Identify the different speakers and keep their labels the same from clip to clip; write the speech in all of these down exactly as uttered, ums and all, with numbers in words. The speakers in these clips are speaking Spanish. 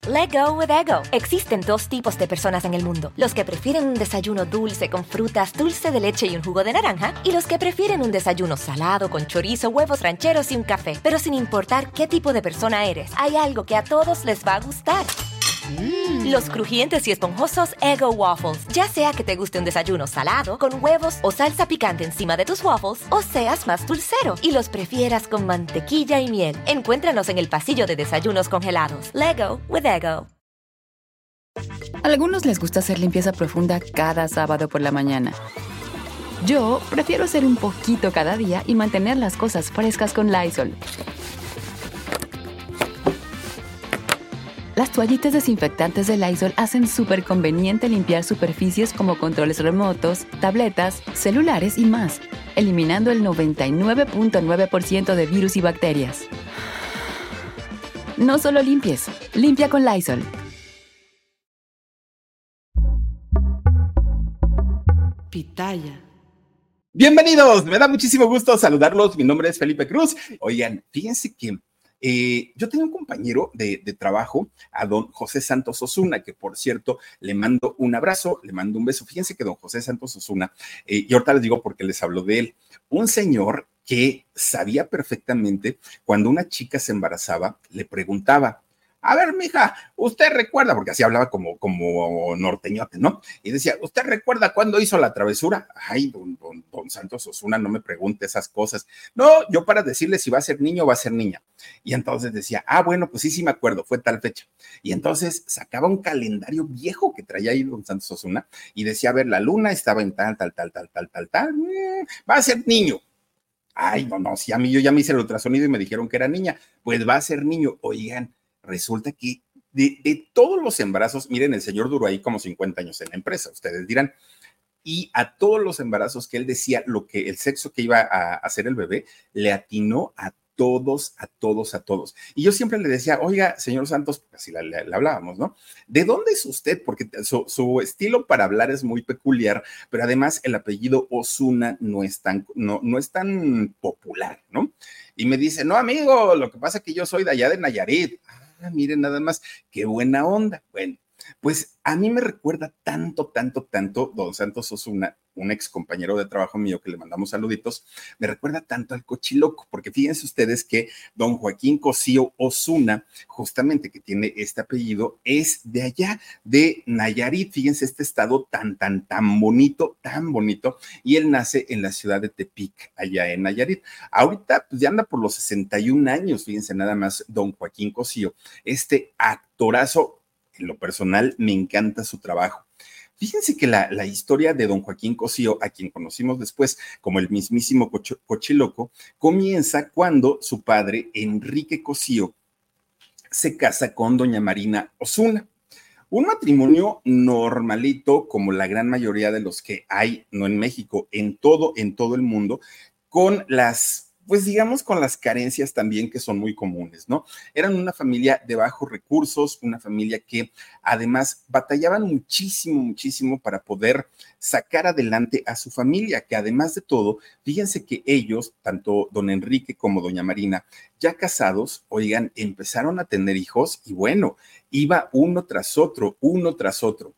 Speaker 1: Let go with Ego. Existen dos tipos de personas en el mundo. Los que prefieren un desayuno dulce con frutas, dulce de leche y un jugo de naranja. Y los que prefieren un desayuno salado con chorizo, huevos rancheros y un café. Pero sin importar qué tipo de persona eres, hay algo que a todos les va a gustar. Mm. Los crujientes y esponjosos Eggo Waffles. Ya sea que te guste un desayuno salado, con huevos o salsa picante encima de tus waffles, o seas más dulcero y los prefieras con mantequilla y miel. Encuéntranos en el pasillo de desayunos congelados. Lego with Eggo.
Speaker 2: A algunos les gusta hacer limpieza profunda cada sábado por la mañana. Yo prefiero hacer un poquito cada día y mantener las cosas frescas con Lysol. Las toallitas desinfectantes de Lysol hacen súper conveniente limpiar superficies como controles remotos, tabletas, celulares y más, eliminando el noventa y nueve punto nueve por ciento de virus y bacterias. No solo limpies, limpia con Lysol.
Speaker 3: Pitaya.
Speaker 4: Bienvenidos, me da muchísimo gusto saludarlos. Mi nombre es Felipe Cruz. Oigan, fíjense que Eh, yo tenía un compañero de, de trabajo, a don José Santos Osuna, que por cierto le mando un abrazo, le mando un beso. Fíjense que don José Santos Osuna, eh, y ahorita les digo porque les hablo de él, un señor que sabía perfectamente cuando una chica se embarazaba, le preguntaba: a ver, mija, usted recuerda, porque así hablaba como, como norteñote, ¿no? Y decía: ¿usted recuerda cuándo hizo la travesura? Ay, don, don, don Santos Osuna, no me pregunte esas cosas. No, yo para decirle si va a ser niño o va a ser niña. Y entonces decía: ah, bueno, pues sí, sí me acuerdo, fue tal fecha. Y entonces sacaba un calendario viejo que traía ahí don Santos Osuna y decía: a ver, la luna estaba en tal, tal, tal, tal, tal, tal, tal, mm, va a ser niño. Ay, no, no, si a mí yo ya me hice el ultrasonido y me dijeron que era niña, pues va a ser niño. Oigan, resulta que de, de todos los embarazos, miren, el señor duró ahí como cincuenta años en la empresa, ustedes dirán, y a todos los embarazos que él decía lo que el sexo que iba a hacer el bebé, le atinó a todos, a todos, a todos. Y yo siempre le decía: oiga, señor Santos, así le, le, le hablábamos, ¿no? ¿De dónde es usted? Porque su, su estilo para hablar es muy peculiar, pero además el apellido Osuna no es tan, no, no es tan popular, ¿no? Y me dice: no, amigo, lo que pasa es que yo soy de allá de Nayarit. Ah, miren, nada más, qué buena onda. Bueno, pues a mí me recuerda tanto, tanto, tanto don Santos Osuna, un ex compañero de trabajo mío que le mandamos saluditos, me recuerda tanto al Cochiloco, porque fíjense ustedes que don Joaquín Cosío Osuna, justamente que tiene este apellido, es de allá, de Nayarit. Fíjense este estado tan, tan, tan bonito, tan bonito, y él nace en la ciudad de Tepic, allá en Nayarit. Ahorita pues ya anda por los sesenta y un años, fíjense nada más, don Joaquín Cosío, este actorazo. En lo personal me encanta su trabajo. Fíjense que la, la historia de don Joaquín Cosío, a quien conocimos después como el mismísimo Cocho, Cochiloco, comienza cuando su padre, Enrique Cosío, se casa con doña Marina Osuna. Un matrimonio normalito, como la gran mayoría de los que hay, no en México, en todo, en todo el mundo, con las pues digamos con las carencias también que son muy comunes, ¿no? Eran una familia de bajos recursos, una familia que además batallaban muchísimo, muchísimo para poder sacar adelante a su familia, que además de todo, fíjense que ellos, tanto don Enrique como doña Marina, ya casados, oigan, empezaron a tener hijos y bueno, iba uno tras otro, uno tras otro.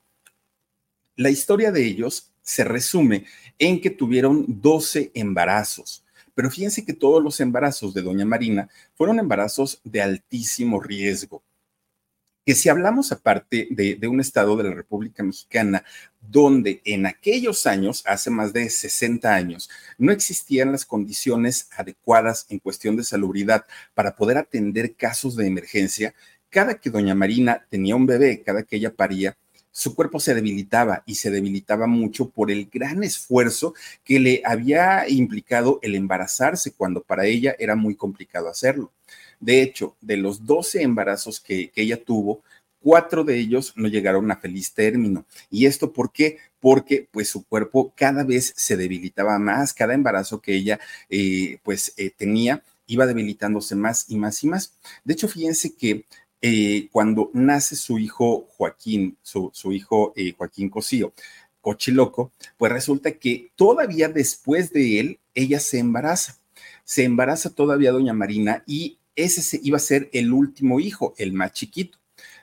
Speaker 4: La historia de ellos se resume en que tuvieron doce embarazos. Pero fíjense que todos los embarazos de doña Marina fueron embarazos de altísimo riesgo. Que si hablamos aparte de, de un estado de la República Mexicana, donde en aquellos años, hace más de sesenta años, no existían las condiciones adecuadas en cuestión de salubridad para poder atender casos de emergencia, cada que doña Marina tenía un bebé, cada que ella paría, su cuerpo se debilitaba y se debilitaba mucho por el gran esfuerzo que le había implicado el embarazarse cuando para ella era muy complicado hacerlo. De hecho, de los doce embarazos que, que ella tuvo, cuatro de ellos no llegaron a feliz término. ¿Y esto por qué? Porque pues su cuerpo cada vez se debilitaba más, cada embarazo que ella eh, pues eh, tenía iba debilitándose más y más y más. De hecho, fíjense que Eh, cuando nace su hijo Joaquín, su, su hijo eh, Joaquín Cosío, Cochiloco, pues resulta que todavía después de él, ella se embaraza. Se embaraza todavía doña Marina y ese se, iba a ser el último hijo, el más chiquito.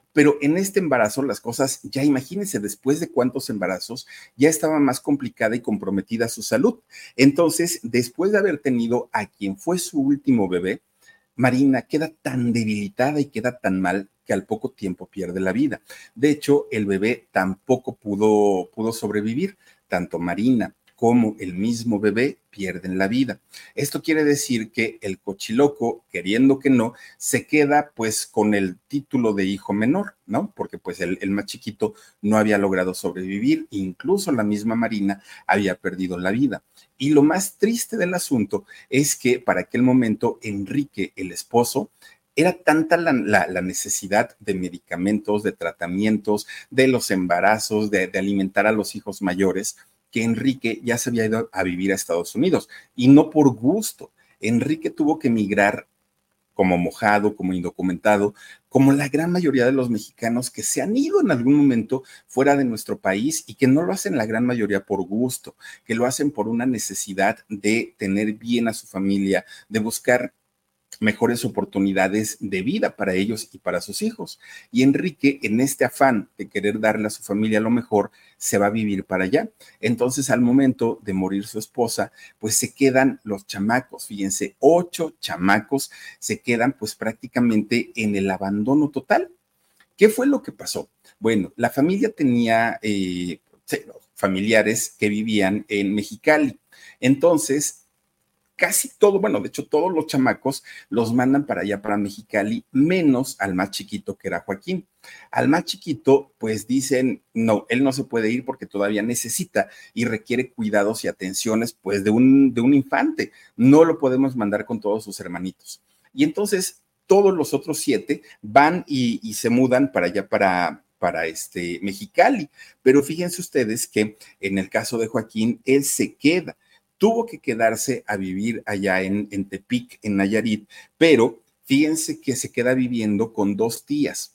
Speaker 4: Pero en este embarazo las cosas, ya imagínense, después de cuántos embarazos, ya estaba más complicada y comprometida su salud. Entonces, después de haber tenido a quien fue su último bebé, Marina queda tan debilitada y queda tan mal que al poco tiempo pierde la vida. De hecho, el bebé tampoco pudo, pudo sobrevivir. Tanto Marina como el mismo bebé pierden la vida. Esto quiere decir que el cochiloco, queriendo que no, se queda pues con el título de hijo menor, ¿no? Porque pues el, el más chiquito no había logrado sobrevivir, incluso la misma Marina había perdido la vida. Y lo más triste del asunto es que para aquel momento Enrique, el esposo, era tanta la, la, la necesidad de medicamentos, de tratamientos, de los embarazos, de, de alimentar a los hijos mayores, que Enrique ya se había ido a vivir a Estados Unidos, y no por gusto. Enrique tuvo que emigrar como mojado, como indocumentado, como la gran mayoría de los mexicanos que se han ido en algún momento fuera de nuestro país y que no lo hacen la gran mayoría por gusto, que lo hacen por una necesidad de tener bien a su familia, de buscar mejores oportunidades de vida para ellos y para sus hijos. Y Enrique, en este afán de querer darle a su familia lo mejor, se va a vivir para allá. Entonces, al momento de morir su esposa, pues se quedan los chamacos, fíjense, ocho chamacos se quedan pues prácticamente en el abandono total. ¿Qué fue lo que pasó? Bueno, la familia tenía eh, familiares que vivían en Mexicali. Entonces, casi todo, bueno, de hecho todos los chamacos los mandan para allá, para Mexicali, menos al más chiquito que era Joaquín. Al más chiquito, pues dicen, no, él no se puede ir porque todavía necesita y requiere cuidados y atenciones, pues de un, de un infante. No lo podemos mandar con todos sus hermanitos. Y entonces todos los otros siete van y, y se mudan para allá, para... para este Mexicali. Pero fíjense ustedes que en el caso de Joaquín, él se queda. Tuvo que quedarse a vivir allá en, en Tepic, en Nayarit, pero fíjense que se queda viviendo con dos tías,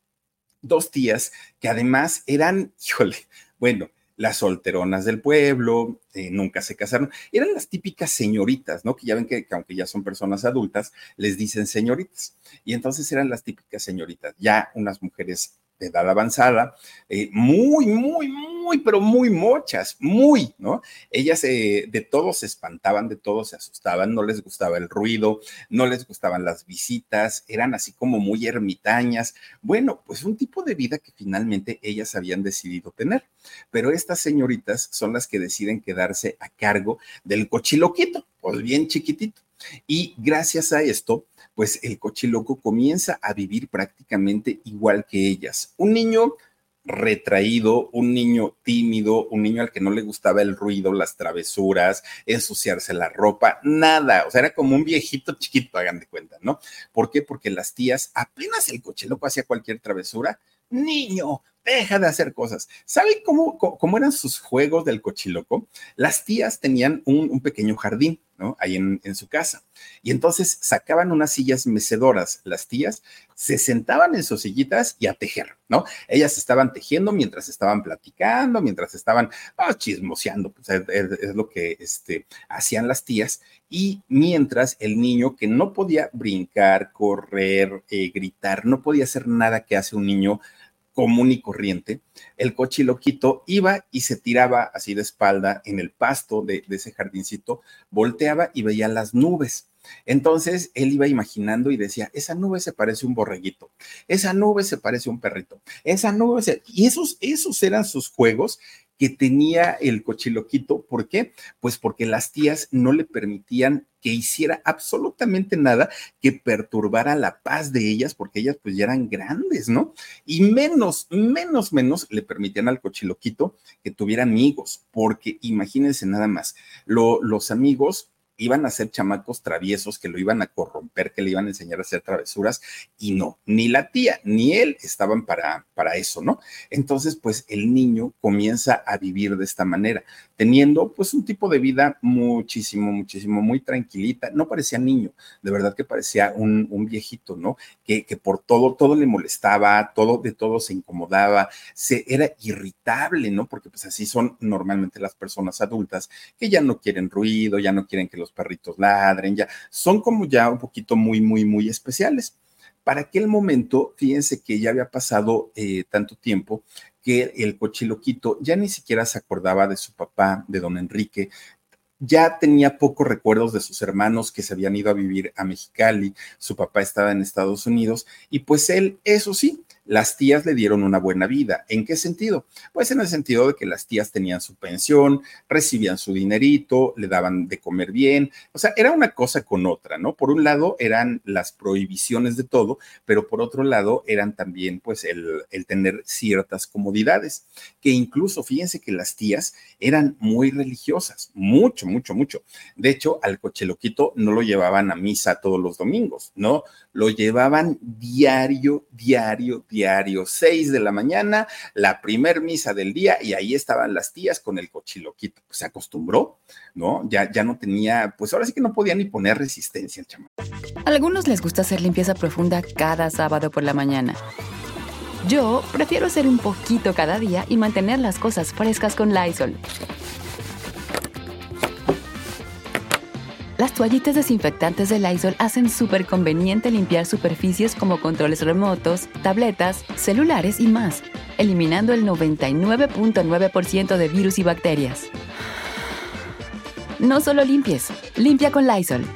Speaker 4: dos tías que además eran, híjole, bueno, las solteronas del pueblo, eh, nunca se casaron, eran las típicas señoritas, ¿no? Que ya ven que, que aunque ya son personas adultas, les dicen señoritas. Y entonces eran las típicas señoritas, ya unas mujeres de edad avanzada, eh, muy, muy, muy, pero muy mochas, muy, ¿no? Ellas eh, de todo se espantaban, de todo se asustaban, no les gustaba el ruido, no les gustaban las visitas, eran así como muy ermitañas. Bueno, pues un tipo de vida que finalmente ellas habían decidido tener. Pero estas señoritas son las que deciden quedarse a cargo del cochiloquito, pues bien chiquitito. Y gracias a esto, pues el cochiloco comienza a vivir prácticamente igual que ellas. Un niño retraído, un niño tímido, un niño al que no le gustaba el ruido, las travesuras, ensuciarse la ropa, nada. O sea, era como un viejito chiquito, hagan de cuenta, ¿no? ¿Por qué? Porque las tías, apenas el cochiloco hacía cualquier travesura, niño, deja de hacer cosas. ¿Saben cómo, cómo eran sus juegos del cochiloco? Las tías tenían un, un pequeño jardín, ¿no? Ahí en, en su casa. Y entonces sacaban unas sillas mecedoras, las tías, se sentaban en sus sillitas y a tejer, ¿no? Ellas estaban tejiendo mientras estaban platicando, mientras estaban oh, chismoseando, pues es, es, es lo que este, hacían las tías. Y mientras el niño que no podía brincar, correr, eh, gritar, no podía hacer nada que hace un niño común y corriente, el cochiloquito iba y se tiraba así de espalda en el pasto de, de ese jardincito, volteaba y veía las nubes. Entonces él iba imaginando y decía, esa nube se parece a un borreguito, esa nube se parece a un perrito, esa nube se... Y esos, esos eran sus juegos que tenía el cochiloquito. ¿Por qué? Pues porque las tías no le permitían que hiciera absolutamente nada que perturbara la paz de ellas, porque ellas pues ya eran grandes, ¿no? Y menos, menos, menos le permitían al cochiloquito que tuviera amigos, porque imagínense nada más, lo, los amigos iban a ser chamacos traviesos que lo iban a corromper, que le iban a enseñar a hacer travesuras, y no, ni la tía ni él estaban para, para eso, ¿no? Entonces, pues el niño comienza a vivir de esta manera, teniendo pues un tipo de vida muchísimo, muchísimo, muy tranquilita. No parecía niño, de verdad que parecía un, un viejito, ¿no? Que, que por todo, todo le molestaba, todo, de todo se incomodaba, se, era irritable, ¿no? Porque pues así son normalmente las personas adultas, que ya no quieren ruido, ya no quieren que los perritos ladren, ya son como ya un poquito muy, muy, muy especiales. Para aquel momento, fíjense que ya había pasado eh, tanto tiempo que el Cochiloquito ya ni siquiera se acordaba de su papá, de don Enrique. Ya tenía pocos recuerdos de sus hermanos que se habían ido a vivir a Mexicali, su papá estaba en Estados Unidos y pues él, eso sí, las tías le dieron una buena vida. ¿En qué sentido? Pues en el sentido de que las tías tenían su pensión, recibían su dinerito, le daban de comer bien, o sea, era una cosa con otra, ¿no? Por un lado eran las prohibiciones de todo, pero por otro lado eran también pues el, el tener ciertas comodidades, que incluso fíjense que las tías eran muy religiosas, mucho, mucho, mucho. De hecho, al Cochiloquito no lo llevaban a misa todos los domingos, ¿no? Lo llevaban diario, diario, diario, seis de la mañana, la primer misa del día, y ahí estaban las tías con el Cochiloquito. Pues se acostumbró, ¿no? Ya, ya no tenía, pues ahora sí que no podía ni poner resistencia el chamaco.
Speaker 2: A algunos les gusta hacer limpieza profunda cada sábado por la mañana. Yo prefiero hacer un poquito cada día y mantener las cosas frescas con Lysol. Las toallitas desinfectantes de Lysol hacen súper conveniente limpiar superficies como controles remotos, tabletas, celulares y más, eliminando el noventa y nueve punto nueve por ciento de virus y bacterias. No solo limpies, limpia con Lysol.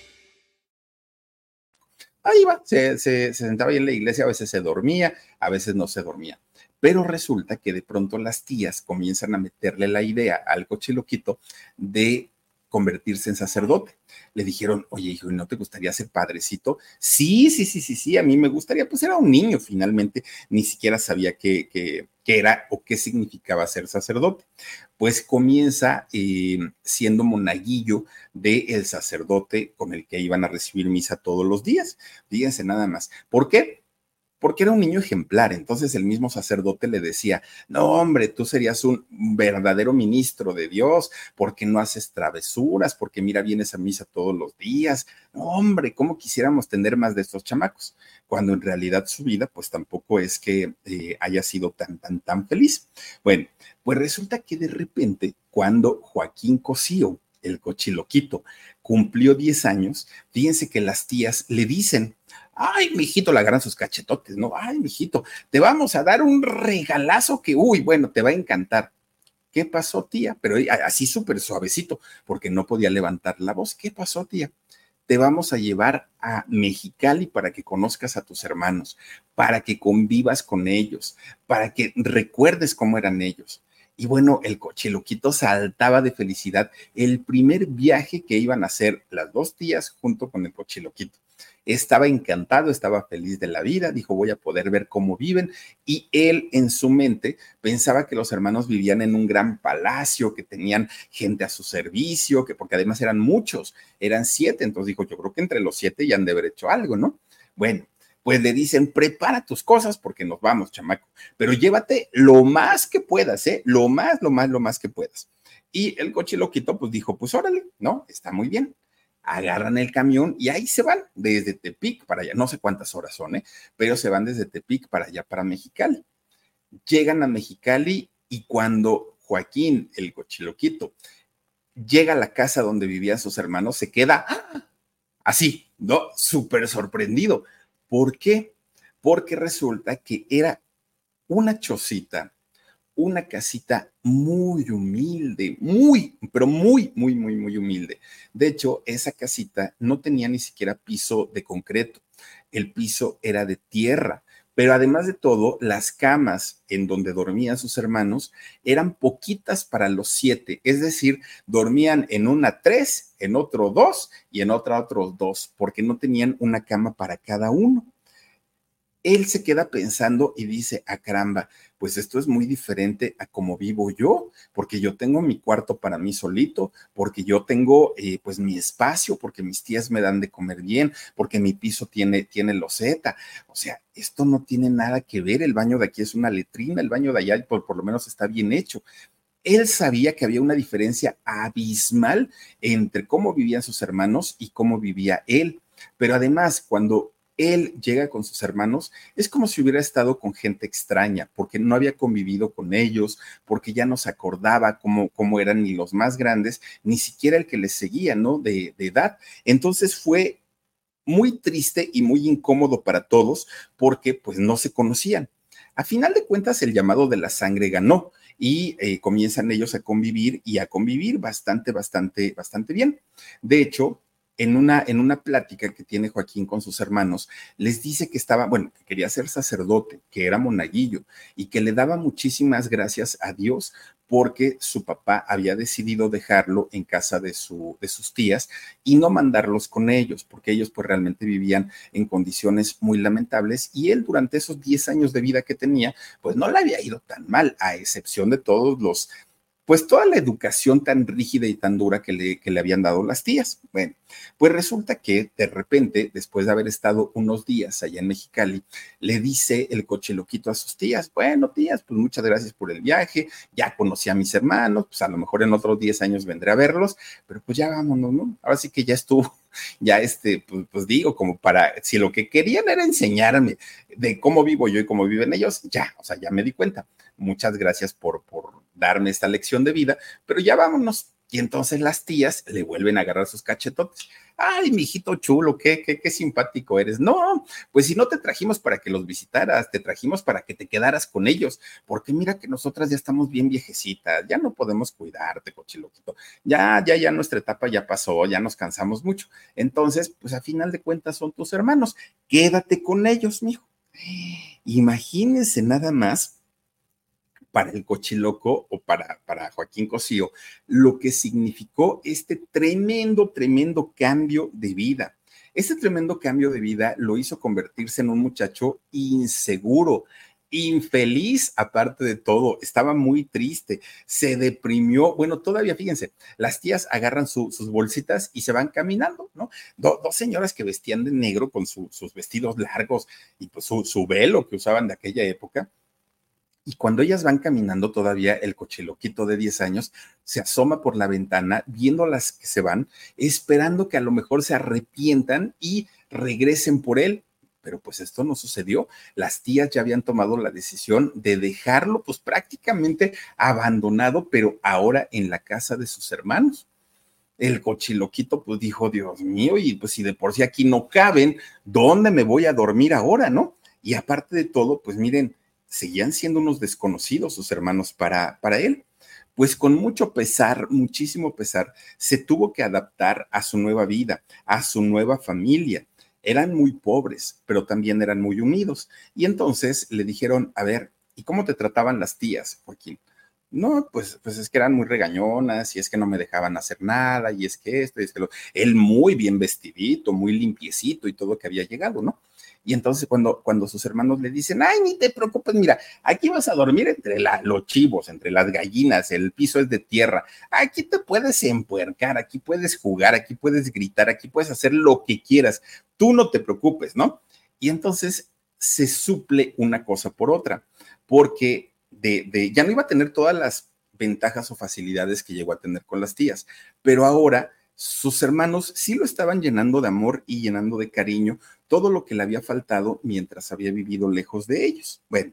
Speaker 4: Ahí va, se, se, se sentaba ahí en la iglesia, a veces se dormía, a veces no se dormía. Pero resulta que de pronto las tías comienzan a meterle la idea al Cochiloquito de convertirse en sacerdote. Le dijeron, oye, hijo, ¿no te gustaría ser padrecito? Sí, sí, sí, sí, sí, a mí me gustaría. Pues era un niño finalmente, ni siquiera sabía qué, qué, qué era o qué significaba ser sacerdote. Pues comienza eh, siendo monaguillo del sacerdote con el que iban a recibir misa todos los días. Fíjense nada más. ¿Por qué? Porque era un niño ejemplar. Entonces el mismo sacerdote le decía, no, hombre, tú serías un verdadero ministro de Dios, porque no haces travesuras, porque mira, vienes a misa todos los días. No, hombre, ¿cómo quisiéramos tener más de estos chamacos? Cuando en realidad su vida, pues tampoco es que eh, haya sido tan, tan, tan feliz. Bueno, pues resulta que de repente, cuando Joaquín Cosío, el Cochiloquito, cumplió diez años, fíjense que las tías le dicen, ay, mijito, le agarran sus cachetotes, ¿no? Ay, mijito, te vamos a dar un regalazo que, uy, bueno, te va a encantar. ¿Qué pasó, tía? Pero así súper suavecito, porque no podía levantar la voz. ¿Qué pasó, tía? Te vamos a llevar a Mexicali para que conozcas a tus hermanos, para que convivas con ellos, para que recuerdes cómo eran ellos. Y bueno, el Cochiloquito saltaba de felicidad el primer viaje que iban a hacer las dos tías junto con el Cochiloquito. Estaba encantado, estaba feliz de la vida, dijo, voy a poder ver cómo viven, y él en su mente pensaba que los hermanos vivían en un gran palacio, que tenían gente a su servicio, que porque además eran muchos, eran siete, entonces dijo, yo creo que entre los siete ya han de haber hecho algo, ¿no? Bueno, pues le dicen, prepara tus cosas porque nos vamos, chamaco, pero llévate lo más que puedas, ¿eh? Lo más, lo más, lo más que puedas. Y el Cochiloquito pues dijo, pues órale, ¿no? Está muy bien. Agarran el camión y ahí se van desde Tepic para allá, no sé cuántas horas son, ¿eh? Pero se van desde Tepic para allá, para Mexicali. Llegan a Mexicali y cuando Joaquín, el Cochiloquito, llega a la casa donde vivían sus hermanos, se queda así, ¿no? Súper sorprendido. ¿Por qué? Porque resulta que era una chocita, una casita muy humilde, muy, pero muy, muy, muy, muy humilde. De hecho, esa casita no tenía ni siquiera piso de concreto. El piso era de tierra. Pero además de todo, las camas en donde dormían sus hermanos eran poquitas para los siete. Es decir, dormían en una tres, en otro dos y en otra otros dos, porque no tenían una cama para cada uno. Él se queda pensando y dice, ah, caramba, pues esto es muy diferente a cómo vivo yo, porque yo tengo mi cuarto para mí solito, porque yo tengo eh, pues mi espacio, porque mis tías me dan de comer bien, porque mi piso tiene, tiene loseta. O sea, esto no tiene nada que ver, el baño de aquí es una letrina, el baño de allá por, por lo menos está bien hecho. Él sabía que había una diferencia abismal entre cómo vivían sus hermanos y cómo vivía él. Pero además, cuando él llega con sus hermanos, es como si hubiera estado con gente extraña, porque no había convivido con ellos, porque ya no se acordaba cómo, cómo eran ni los más grandes, ni siquiera el que les seguía, ¿no? De, de edad. Entonces fue muy triste y muy incómodo para todos porque pues no se conocían. A final de cuentas, el llamado de la sangre ganó y eh, comienzan ellos a convivir y a convivir bastante, bastante, bastante bien. De hecho, en una, en una plática que tiene Joaquín con sus hermanos, les dice que estaba, bueno, que quería ser sacerdote, que era monaguillo y que le daba muchísimas gracias a Dios porque su papá había decidido dejarlo en casa de, su, de sus tías y no mandarlos con ellos, porque ellos pues realmente vivían en condiciones muy lamentables y él durante esos diez años de vida que tenía, pues no le había ido tan mal, a excepción de todos los pues toda la educación tan rígida y tan dura que le, que le habían dado las tías. Bueno, pues resulta que de repente, después de haber estado unos días allá en Mexicali, le dice el cochiloquito a sus tías, bueno, tías, pues muchas gracias por el viaje, ya conocí a mis hermanos, pues a lo mejor en otros diez años vendré a verlos, pero pues ya vámonos, ¿no? Ahora sí que ya estuvo, ya este, pues, pues digo, como para, si lo que querían era enseñarme de cómo vivo yo y cómo viven ellos, ya, o sea, ya me di cuenta. Muchas gracias por, por darme esta lección de vida, pero ya vámonos. Y entonces las tías le vuelven a agarrar sus cachetotes. Ay, mijito chulo, qué, qué, qué simpático eres. No, pues si no te trajimos para que los visitaras, te trajimos para que te quedaras con ellos, porque mira que nosotras ya estamos bien viejecitas, ya no podemos cuidarte, cochiloquito. Ya, ya, ya nuestra etapa ya pasó, ya nos cansamos mucho. Entonces, pues a final de cuentas son tus hermanos. Quédate con ellos, mijo. Imagínense nada más para el cochiloco o para, para Joaquín Cosío, lo que significó este tremendo, tremendo cambio de vida. Este tremendo cambio de vida lo hizo convertirse en un muchacho inseguro, infeliz, aparte de todo, estaba muy triste, se deprimió. Bueno, todavía fíjense, las tías agarran su, sus bolsitas y se van caminando, ¿no? Do, dos señoras que vestían de negro con su, sus vestidos largos y pues su, su velo que usaban de aquella época. Y cuando ellas van caminando, todavía el cochiloquito de diez años se asoma por la ventana, viendo las que se van, esperando que a lo mejor se arrepientan y regresen por él. Pero pues esto no sucedió. Las tías ya habían tomado la decisión de dejarlo pues prácticamente abandonado, pero ahora en la casa de sus hermanos. El cochiloquito pues dijo, Dios mío, y pues si de por sí aquí no caben, ¿dónde me voy a dormir ahora, no? Y aparte de todo, pues miren, seguían siendo unos desconocidos sus hermanos para, para él. Pues con mucho pesar, muchísimo pesar, se tuvo que adaptar a su nueva vida, a su nueva familia. Eran muy pobres, pero también eran muy unidos. Y entonces le dijeron, a ver, ¿y cómo te trataban las tías, Joaquín? No, pues, pues es que eran muy regañonas y es que no me dejaban hacer nada y es que esto y es que lo... Él muy bien vestidito, muy limpiecito y todo que había llegado, ¿no? Y entonces cuando, cuando sus hermanos le dicen, ay, ni te preocupes, mira, aquí vas a dormir entre la, los chivos, entre las gallinas, el piso es de tierra, aquí te puedes empuercar, aquí puedes jugar, aquí puedes gritar, aquí puedes hacer lo que quieras, tú no te preocupes, ¿no? Y entonces se suple una cosa por otra, porque de, de, ya no iba a tener todas las ventajas o facilidades que llegó a tener con las tías, pero ahora sus hermanos sí lo estaban llenando de amor y llenando de cariño todo lo que le había faltado mientras había vivido lejos de ellos. Bueno,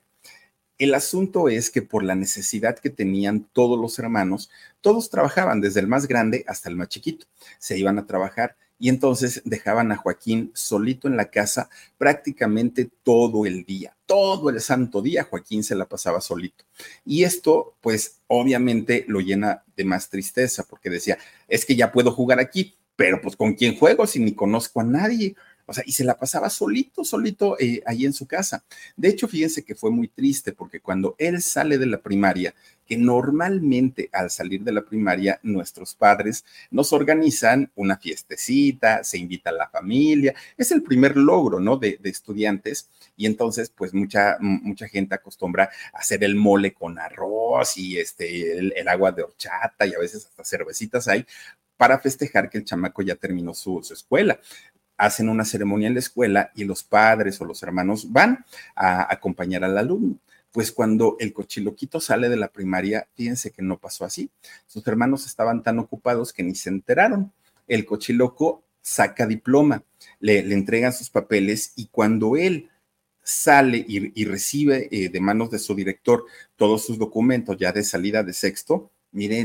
Speaker 4: el asunto es que por la necesidad que tenían todos los hermanos, todos trabajaban, desde el más grande hasta el más chiquito, se iban a trabajar y entonces dejaban a Joaquín solito en la casa prácticamente todo el día, todo el santo día Joaquín se la pasaba solito. Y esto, pues, obviamente lo llena de más tristeza, porque decía, es que ya puedo jugar aquí, pero pues ¿con quién juego si ni conozco a nadie? O sea, y se la pasaba solito, solito eh, ahí en su casa. De hecho, fíjense que fue muy triste porque cuando él sale de la primaria, que normalmente al salir de la primaria nuestros padres nos organizan una fiestecita, se invita a la familia, es el primer logro, ¿no? De, de estudiantes y entonces pues mucha, mucha gente acostumbra a hacer el mole con arroz y este, el, el agua de horchata y a veces hasta cervecitas hay para festejar que el chamaco ya terminó su, su escuela. Hacen una ceremonia en la escuela y los padres o los hermanos van a acompañar al alumno. Pues cuando el cochiloquito sale de la primaria, fíjense que no pasó así. Sus hermanos estaban tan ocupados que ni se enteraron. El cochiloco saca diploma, le, le entregan sus papeles y cuando él sale y, y recibe eh, de manos de su director todos sus documentos ya de salida de sexto, miren,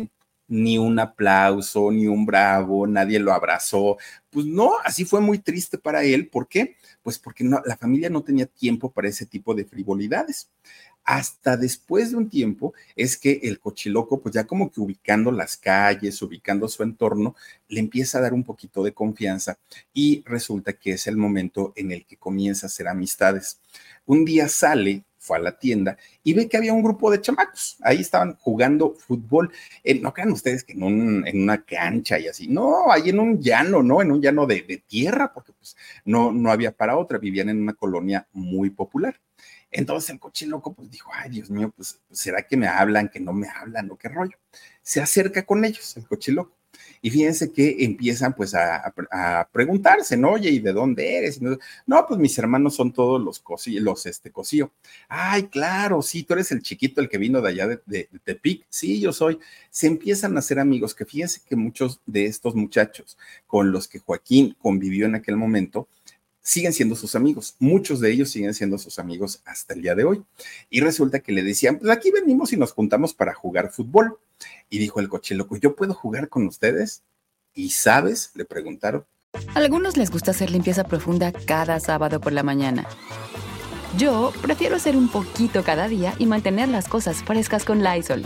Speaker 4: ni un aplauso, ni un bravo, nadie lo abrazó. Pues no, así fue muy triste para él. ¿Por qué? Pues porque no, la familia no tenía tiempo para ese tipo de frivolidades. Hasta después de un tiempo es que el cochiloco, pues ya como que ubicando las calles, ubicando su entorno, le empieza a dar un poquito de confianza y resulta que es el momento en el que comienza a hacer amistades. Un día sale, fue a la tienda y ve que había un grupo de chamacos. Ahí estaban jugando fútbol. Eh, no crean ustedes que en, un, en una cancha y así. No, ahí en un llano, ¿no? En un llano de, de tierra, porque pues no, no había para otra. Vivían en una colonia muy popular. Entonces el cochiloco pues dijo, ay Dios mío, pues ¿será que me hablan, que no me hablan o qué rollo? Se acerca con ellos el cochiloco y fíjense que empiezan pues a, a, a preguntarse, ¿no? Oye, ¿y de dónde eres? No, no, pues mis hermanos son todos los Cosío, los este Cosío. Ay, claro, sí, tú eres el chiquito, el que vino de allá de, de, de Tepic. Sí, yo soy. Se empiezan a hacer amigos, que fíjense que muchos de estos muchachos con los que Joaquín convivió en aquel momento, siguen siendo sus amigos, muchos de ellos siguen siendo sus amigos hasta el día de hoy. Y resulta que le decían, pues aquí venimos y nos juntamos para jugar fútbol. Y dijo el cochiloco, ¿yo puedo jugar con ustedes? ¿Y sabes? Le preguntaron.
Speaker 2: A algunos les gusta hacer limpieza profunda cada sábado por la mañana. Yo prefiero hacer un poquito cada día y mantener las cosas frescas con Lysol.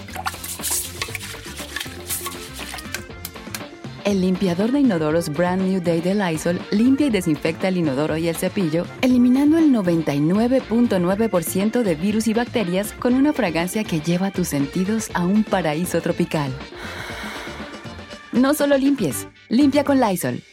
Speaker 2: El limpiador de inodoros Brand New Day de Lysol limpia y desinfecta el inodoro y el cepillo, eliminando el noventa y nueve punto nueve por ciento de virus y bacterias con una fragancia que lleva tus sentidos a un paraíso tropical. No solo limpies, limpia con Lysol.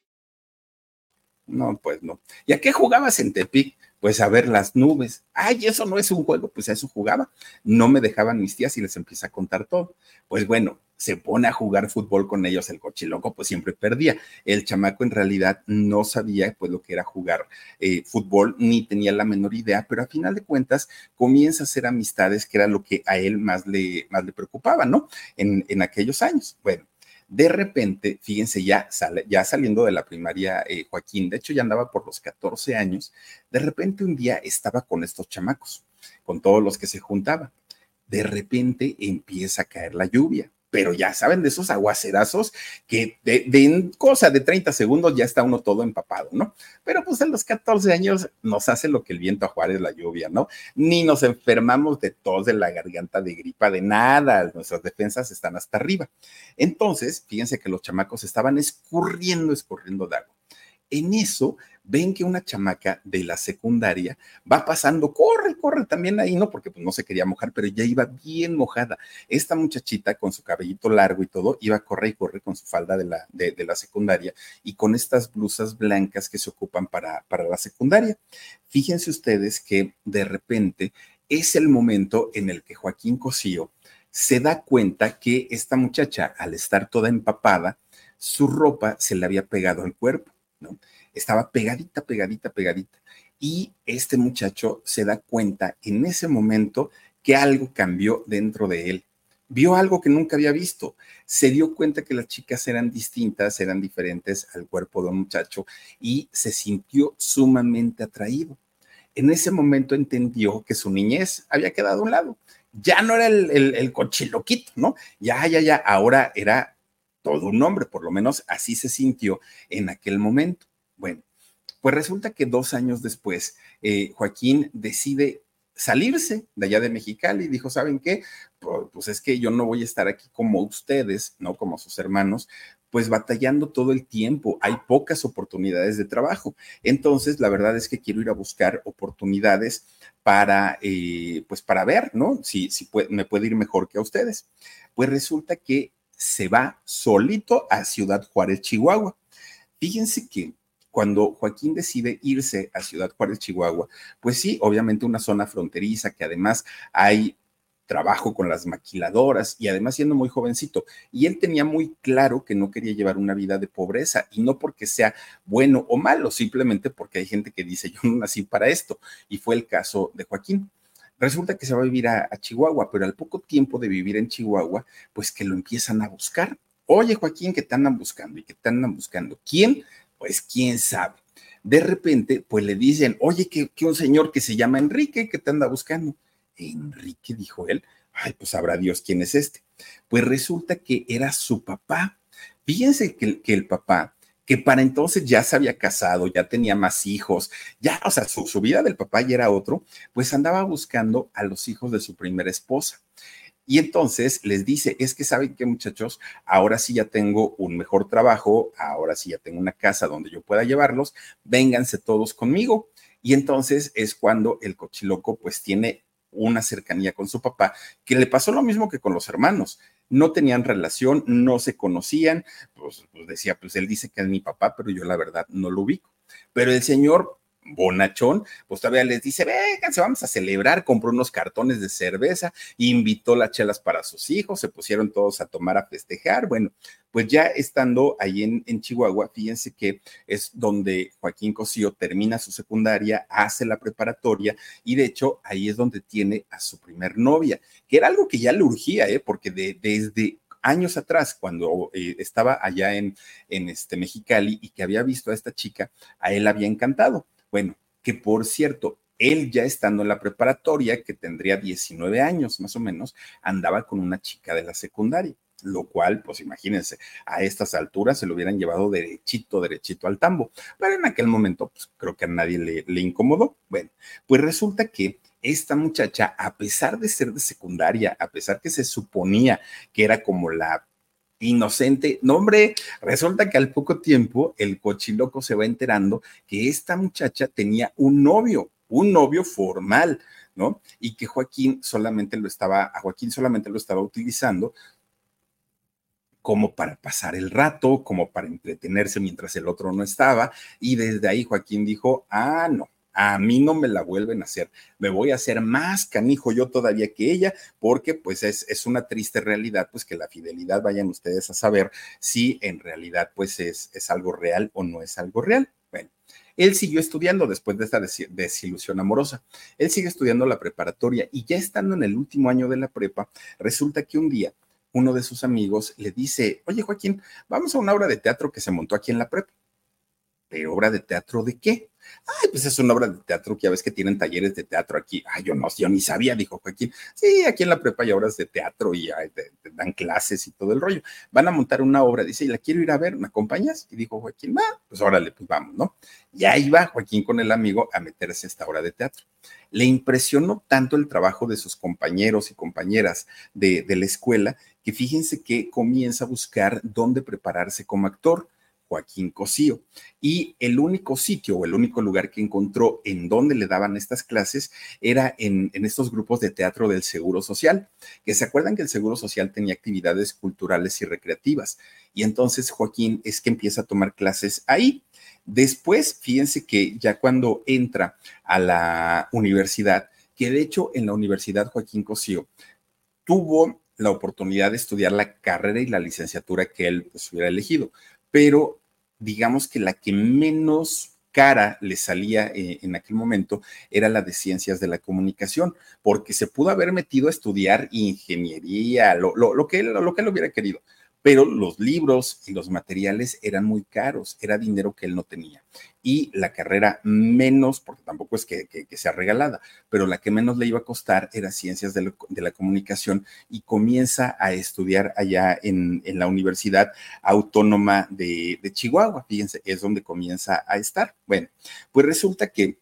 Speaker 4: No, pues no. ¿Y a qué jugabas en Tepic? Pues a ver las nubes. Ay, eso no es un juego, pues a eso jugaba. No me dejaban mis tías y les empieza a contar todo. Pues bueno, se pone a jugar fútbol con ellos, el cochiloco pues siempre perdía. El chamaco en realidad no sabía pues lo que era jugar eh, fútbol, ni tenía la menor idea, pero a final de cuentas comienza a hacer amistades, que era lo que a él más le, más le preocupaba, ¿no? En, en aquellos años. Bueno. De repente, fíjense, ya, sale, ya saliendo de la primaria, eh, Joaquín, de hecho ya andaba por los catorce años, de repente un día estaba con estos chamacos, con todos los que se juntaban. De repente empieza a caer la lluvia, pero ya saben de esos aguacerazos que de, de en cosa de treinta segundos ya está uno todo empapado, ¿no? Pero pues a los catorce años nos hace lo que el viento a Juárez la lluvia, ¿no? Ni nos enfermamos de tos, de la garganta, de gripa, de nada, nuestras defensas están hasta arriba. Entonces, fíjense que los chamacos estaban escurriendo, escurriendo de agua. En eso ven que una chamaca de la secundaria va pasando, corre, corre también ahí, ¿no? Porque pues no se quería mojar, pero ya iba bien mojada. Esta muchachita con su cabellito largo y todo, iba a correr y correr con su falda de la, de, de la secundaria y con estas blusas blancas que se ocupan para, para la secundaria. Fíjense ustedes que de repente es el momento en el que Joaquín Cosío se da cuenta que esta muchacha, al estar toda empapada, su ropa se le había pegado al cuerpo, ¿no? Estaba pegadita, pegadita, pegadita. Y este muchacho se da cuenta en ese momento que algo cambió dentro de él. Vio algo que nunca había visto. Se dio cuenta que las chicas eran distintas, eran diferentes al cuerpo de un muchacho y se sintió sumamente atraído. En ese momento entendió que su niñez había quedado a un lado. Ya no era el, el, el cochiloquito, ¿no? Ya, ya, ya, ahora era todo un hombre, por lo menos así se sintió en aquel momento. Bueno, pues resulta que dos años después, eh, Joaquín decide salirse de allá de Mexicali y dijo, ¿saben qué? Pues es que yo no voy a estar aquí como ustedes, ¿no? Como sus hermanos, pues batallando todo el tiempo. Hay pocas oportunidades de trabajo. Entonces, la verdad es que quiero ir a buscar oportunidades para, eh, pues para ver, ¿no? Si, si puede, me puede ir mejor que a ustedes. Pues resulta que se va solito a Ciudad Juárez, Chihuahua. Fíjense que cuando Joaquín decide irse a Ciudad Juárez, Chihuahua, pues sí, obviamente una zona fronteriza que además hay trabajo con las maquiladoras y además siendo muy jovencito. Y él tenía muy claro que no quería llevar una vida de pobreza y no porque sea bueno o malo, simplemente porque hay gente que dice yo no nací para esto y fue el caso de Joaquín. Resulta que se va a vivir a, a Chihuahua, pero al poco tiempo de vivir en Chihuahua, pues que lo empiezan a buscar. Oye, Joaquín, ¿qué te andan buscando? ¿Y qué te andan buscando? ¿Quién? Pues quién sabe. De repente, pues le dicen, oye, que, que un señor que se llama Enrique, que te anda buscando. Enrique, dijo él, ay, pues sabrá Dios quién es este. Pues resulta que era su papá. Fíjense que, que el papá, que para entonces ya se había casado, ya tenía más hijos, ya, o sea, su, su vida del papá ya era otro, pues andaba buscando a los hijos de su primera esposa. Y entonces les dice, es que saben qué, muchachos, ahora sí ya tengo un mejor trabajo, ahora sí ya tengo una casa donde yo pueda llevarlos, vénganse todos conmigo. Y entonces es cuando el cochiloco pues tiene una cercanía con su papá, que le pasó lo mismo que con los hermanos. No tenían relación, no se conocían, pues, pues decía, pues él dice que es mi papá, pero yo la verdad no lo ubico. Pero el señor bonachón, pues todavía les dice, vénganse, vamos a celebrar, compró unos cartones de cerveza, invitó las chelas para sus hijos, se pusieron todos a tomar, a festejar. Bueno, pues ya estando ahí en, en Chihuahua, fíjense que es donde Joaquín Cosío termina su secundaria, hace la preparatoria y de hecho ahí es donde tiene a su primer novia, que era algo que ya le urgía, ¿eh? Porque de, desde años atrás, cuando eh, estaba allá en, en este Mexicali y que había visto a esta chica, a él había encantado. Bueno, que por cierto, él ya estando en la preparatoria, que tendría diecinueve años más o menos, andaba con una chica de la secundaria, lo cual, pues imagínense, a estas alturas se lo hubieran llevado derechito, derechito al tambo, pero en aquel momento, pues creo que a nadie le, le incomodó. Bueno, pues resulta que esta muchacha, a pesar de ser de secundaria, a pesar que se suponía que era como la inocente, no hombre, resulta que al poco tiempo el cochiloco se va enterando que esta muchacha tenía un novio, un novio formal, ¿no? Y que Joaquín solamente lo estaba, a Joaquín solamente lo estaba utilizando como para pasar el rato, como para entretenerse mientras el otro no estaba, y desde ahí Joaquín dijo, ah, no, a mí no me la vuelven a hacer, me voy a hacer más canijo yo todavía que ella, porque pues es, es una triste realidad, pues que la fidelidad, vayan ustedes a saber si en realidad pues es, es algo real o no es algo real. Bueno, él siguió estudiando después de esta des desilusión amorosa, él sigue estudiando la preparatoria y ya estando en el último año de la prepa, resulta que un día uno de sus amigos le dice, oye Joaquín, vamos a una obra de teatro que se montó aquí en la prepa. ¿Pero obra de teatro de qué? Ay, pues es una obra de teatro que ya ves que tienen talleres de teatro aquí. Ay, yo no, yo ni sabía, dijo Joaquín. Sí, aquí en la prepa hay obras de teatro y ay, te, te dan clases y todo el rollo. Van a montar una obra, dice, y la quiero ir a ver, ¿me acompañas? Y dijo Joaquín, va, pues órale, pues vamos, ¿no? Y ahí va Joaquín con el amigo a meterse a esta obra de teatro. Le impresionó tanto el trabajo de sus compañeros y compañeras de, de la escuela que fíjense que comienza a buscar dónde prepararse como actor. Joaquín Cosío. Y el único sitio o el único lugar que encontró en donde le daban estas clases era en, en estos grupos de teatro del Seguro Social, que se acuerdan que el Seguro Social tenía actividades culturales y recreativas. Y entonces Joaquín es que empieza a tomar clases ahí. Después, fíjense que ya cuando entra a la universidad, que de hecho en la universidad Joaquín Cosío tuvo la oportunidad de estudiar la carrera y la licenciatura que él pues, hubiera elegido, pero digamos que la que menos cara le salía eh, en aquel momento era la de ciencias de la comunicación, porque se pudo haber metido a estudiar ingeniería, lo, lo, lo, que, él, lo que él hubiera querido, pero los libros y los materiales eran muy caros, era dinero que él no tenía. Y la carrera menos, porque tampoco es que, que, que sea regalada, pero la que menos le iba a costar era ciencias de, lo, de la comunicación y comienza a estudiar allá en, en la Universidad Autónoma de, de Chihuahua. Fíjense, es donde comienza a estar. Bueno, pues resulta que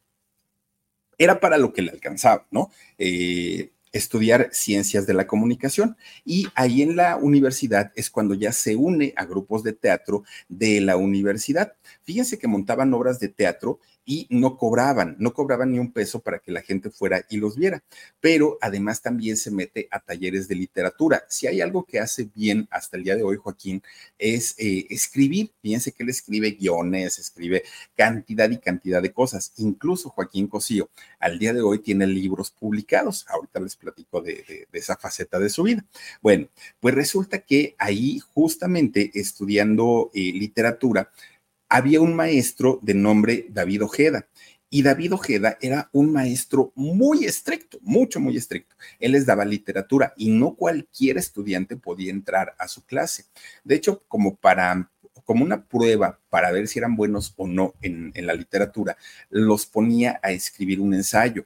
Speaker 4: era para lo que le alcanzaba, ¿no? Eh, estudiar ciencias de la comunicación y ahí en la universidad es cuando ya se une a grupos de teatro de la universidad. Fíjense que montaban obras de teatro y no cobraban, no cobraban ni un peso para que la gente fuera y los viera, pero además también se mete a talleres de literatura. Si hay algo que hace bien hasta el día de hoy Joaquín es eh, escribir. Fíjense que él escribe guiones, escribe cantidad y cantidad de cosas. Incluso Joaquín Cosío al día de hoy tiene libros publicados. Ahorita les platico de, de, de esa faceta de su vida. Bueno, pues resulta que ahí justamente estudiando eh, literatura, había un maestro de nombre David Ojeda. Y David Ojeda era un maestro muy estricto, mucho, muy estricto. Él les daba literatura y no cualquier estudiante podía entrar a su clase. De hecho, como para, como una prueba para ver si eran buenos o no en, en la literatura, los ponía a escribir un ensayo.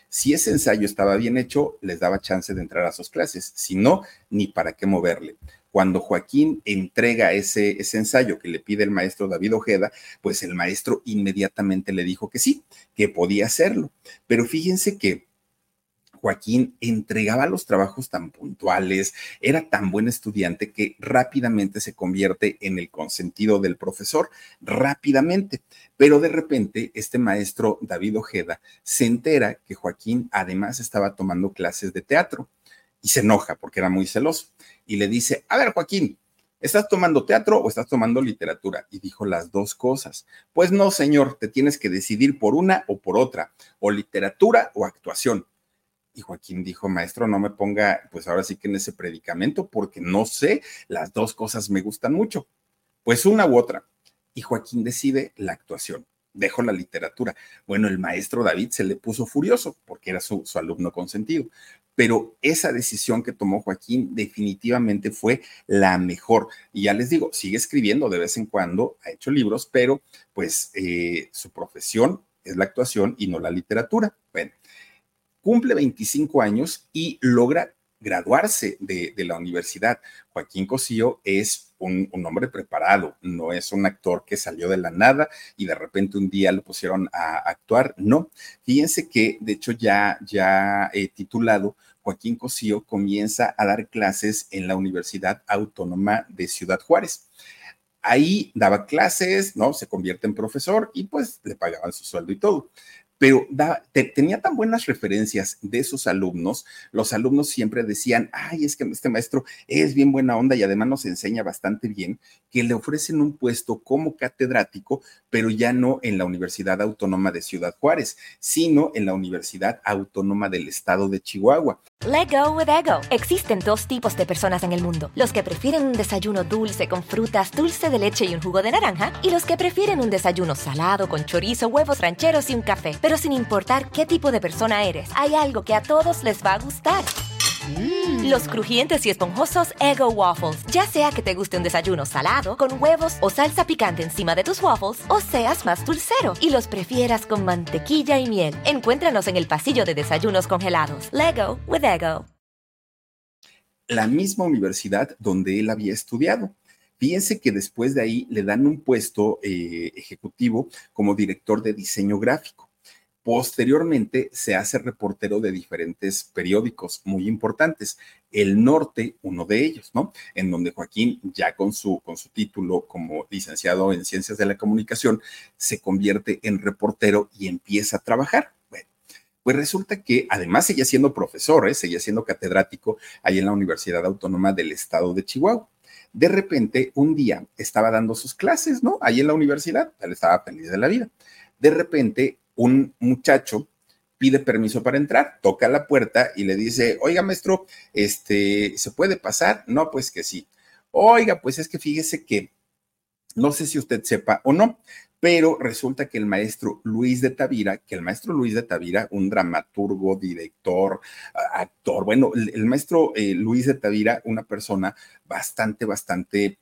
Speaker 4: Si ese ensayo estaba bien hecho, les daba chance de entrar a sus clases. Si no, ni para qué moverle. Cuando Joaquín entrega ese, ese ensayo que le pide el maestro David Ojeda, pues el maestro inmediatamente le dijo que sí, que podía hacerlo. Pero fíjense que Joaquín entregaba los trabajos tan puntuales, era tan buen estudiante que rápidamente se convierte en el consentido del profesor, rápidamente. Pero de repente, este maestro David Ojeda se entera que Joaquín además estaba tomando clases de teatro y se enoja porque era muy celoso y le dice, a ver, Joaquín, ¿estás tomando teatro o estás tomando literatura? Y dijo las dos cosas. Pues no, señor, te tienes que decidir por una o por otra, o literatura o actuación. Y Joaquín dijo, maestro, no me ponga, pues ahora sí que en ese predicamento, porque no sé, las dos cosas me gustan mucho. Pues una u otra. Y Joaquín decide la actuación. Dejo la literatura. Bueno, el maestro David se le puso furioso porque era su, su alumno consentido. Pero esa decisión que tomó Joaquín definitivamente fue la mejor. Y ya les digo, sigue escribiendo de vez en cuando, ha hecho libros, pero pues eh, su profesión es la actuación y no la literatura. Bueno, cumple veinticinco años y logra graduarse de, de la universidad. Joaquín Cosío es un, un hombre preparado, no es un actor que salió de la nada y de repente un día lo pusieron a actuar, no. Fíjense que de hecho ya, ya eh, titulado, Joaquín Cosío comienza a dar clases en la Universidad Autónoma de Ciudad Juárez. Ahí daba clases, ¿no? Se convierte en profesor y pues le pagaban su sueldo y todo. Pero da, te, tenía tan buenas referencias de sus alumnos, los alumnos siempre decían, ay, es que este maestro es bien buena onda y además nos enseña bastante bien, que le ofrecen un puesto como catedrático, pero ya no en la Universidad Autónoma de Ciudad Juárez, sino en la Universidad Autónoma del Estado de Chihuahua.
Speaker 1: Let go with ego. Existen dos tipos de personas en el mundo. Los que prefieren un desayuno dulce con frutas, dulce de leche y un jugo de naranja. Y los que prefieren un desayuno salado con chorizo, huevos rancheros y un café. Pero sin importar qué tipo de persona eres, hay algo que a todos les va a gustar. Mm. Los crujientes y esponjosos Eggo Waffles. Ya sea que te guste un desayuno salado, con huevos o salsa picante encima de tus waffles, o seas más dulcero y los prefieras con mantequilla y miel. Encuéntranos en el pasillo de desayunos congelados. Lego with Eggo.
Speaker 4: La misma universidad donde él había estudiado. Fíjense que después de ahí le dan un puesto eh, ejecutivo como director de diseño gráfico. Posteriormente se hace reportero de diferentes periódicos muy importantes. El Norte, uno de ellos, ¿no? En donde Joaquín, ya con su, con su título como licenciado en Ciencias de la Comunicación, se convierte en reportero y empieza a trabajar. Bueno, pues resulta que además seguía siendo profesor, ¿eh? Seguía siendo catedrático ahí en la Universidad Autónoma del Estado de Chihuahua. De repente, un día estaba dando sus clases, ¿no? Ahí en la universidad, él estaba feliz de la vida. De repente, un muchacho pide permiso para entrar, toca la puerta y le dice, oiga, maestro, este, ¿se puede pasar? No, pues que sí. Oiga, pues es que fíjese que, no sé si usted sepa o no, pero resulta que el maestro Luis de Tavira, que el maestro Luis de Tavira, un dramaturgo, director, actor, bueno, el, el maestro eh, Luis de Tavira, una persona bastante, bastante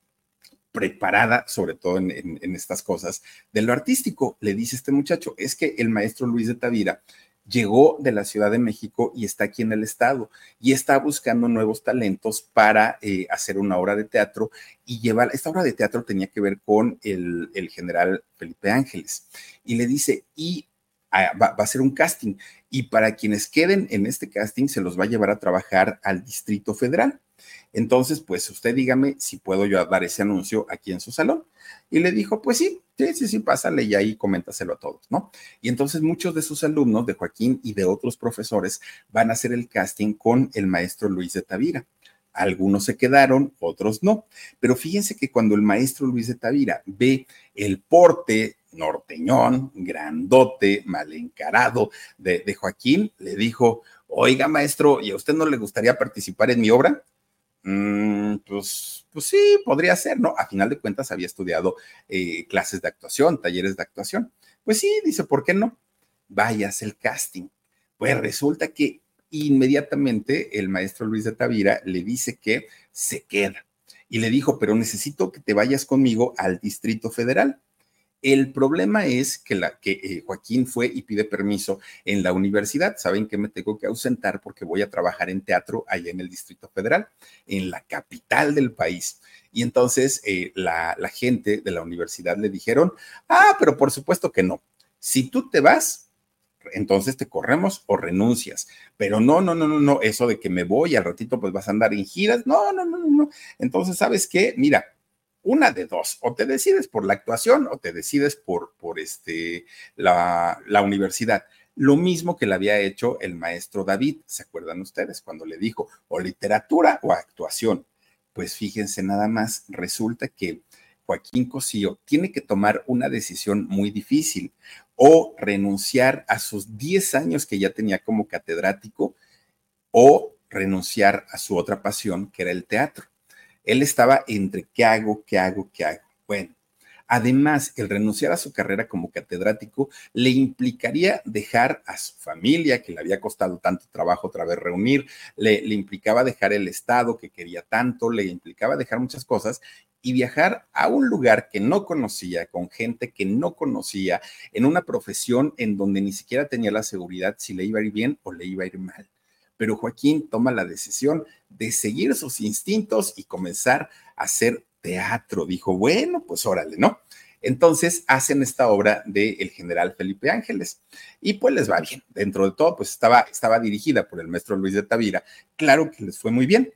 Speaker 4: preparada, sobre todo en, en, en estas cosas de lo artístico. Le dice este muchacho, es que el maestro Luis de Tavira llegó de la Ciudad de México y está aquí en el estado y está buscando nuevos talentos para eh, hacer una obra de teatro y llevar, esta obra de teatro tenía que ver con el, el general Felipe Ángeles. Y le dice, y ah, va, va a ser un casting y para quienes queden en este casting se los va a llevar a trabajar al Distrito Federal. Entonces, pues usted dígame si puedo yo dar ese anuncio aquí en su salón. Y le dijo, pues sí, sí, sí, sí, pásale y ahí coméntaselo a todos, ¿no? Y entonces muchos de sus alumnos, de Joaquín y de otros profesores, van a hacer el casting con el maestro Luis de Tavira. Algunos se quedaron, otros no. Pero fíjense que cuando el maestro Luis de Tavira ve el porte norteñón, grandote, mal encarado de, de Joaquín, le dijo, oiga, maestro, ¿y a usted no le gustaría participar en mi obra? Mm, pues, pues sí, podría ser, ¿no? A final de cuentas había estudiado eh, clases de actuación, talleres de actuación. Pues sí, dice, ¿por qué no? Vayas el casting. Pues resulta que inmediatamente el maestro Luis de Tavira le dice que se queda. Y le dijo, pero necesito que te vayas conmigo al Distrito Federal. El problema es que, la, que eh, Joaquín fue y pide permiso en la universidad. ¿Saben que me tengo que ausentar porque voy a trabajar en teatro allá en el Distrito Federal, en la capital del país? Y entonces eh, la, la gente de la universidad le dijeron, ah, pero por supuesto que no. Si tú te vas, entonces te corremos o renuncias. Pero no, no, no, no, no, eso de que me voy al ratito pues vas a andar en giras. No, no, no, no, no. Entonces, ¿sabes qué? Mira, una de dos, o te decides por la actuación o te decides por, por este, la, la universidad. Lo mismo que le había hecho el maestro David, ¿se acuerdan ustedes? Cuando le dijo o literatura o actuación. Pues fíjense nada más, resulta que Joaquín Cosío tiene que tomar una decisión muy difícil, o renunciar a sus diez años que ya tenía como catedrático, o renunciar a su otra pasión, que era el teatro. Él estaba entre qué hago, qué hago, qué hago. Bueno, además, el renunciar a su carrera como catedrático le implicaría dejar a su familia, que le había costado tanto trabajo otra vez reunir, le, le implicaba dejar el estado que quería tanto, le implicaba dejar muchas cosas y viajar a un lugar que no conocía, con gente que no conocía, en una profesión en donde ni siquiera tenía la seguridad si le iba a ir bien o le iba a ir mal. Pero Joaquín toma la decisión de seguir sus instintos y comenzar a hacer teatro. Dijo, bueno, pues órale, ¿no? Entonces hacen esta obra de El General Felipe Ángeles y pues les va bien. Dentro de todo, pues estaba, estaba dirigida por el maestro Luis de Tavira. Claro que les fue muy bien.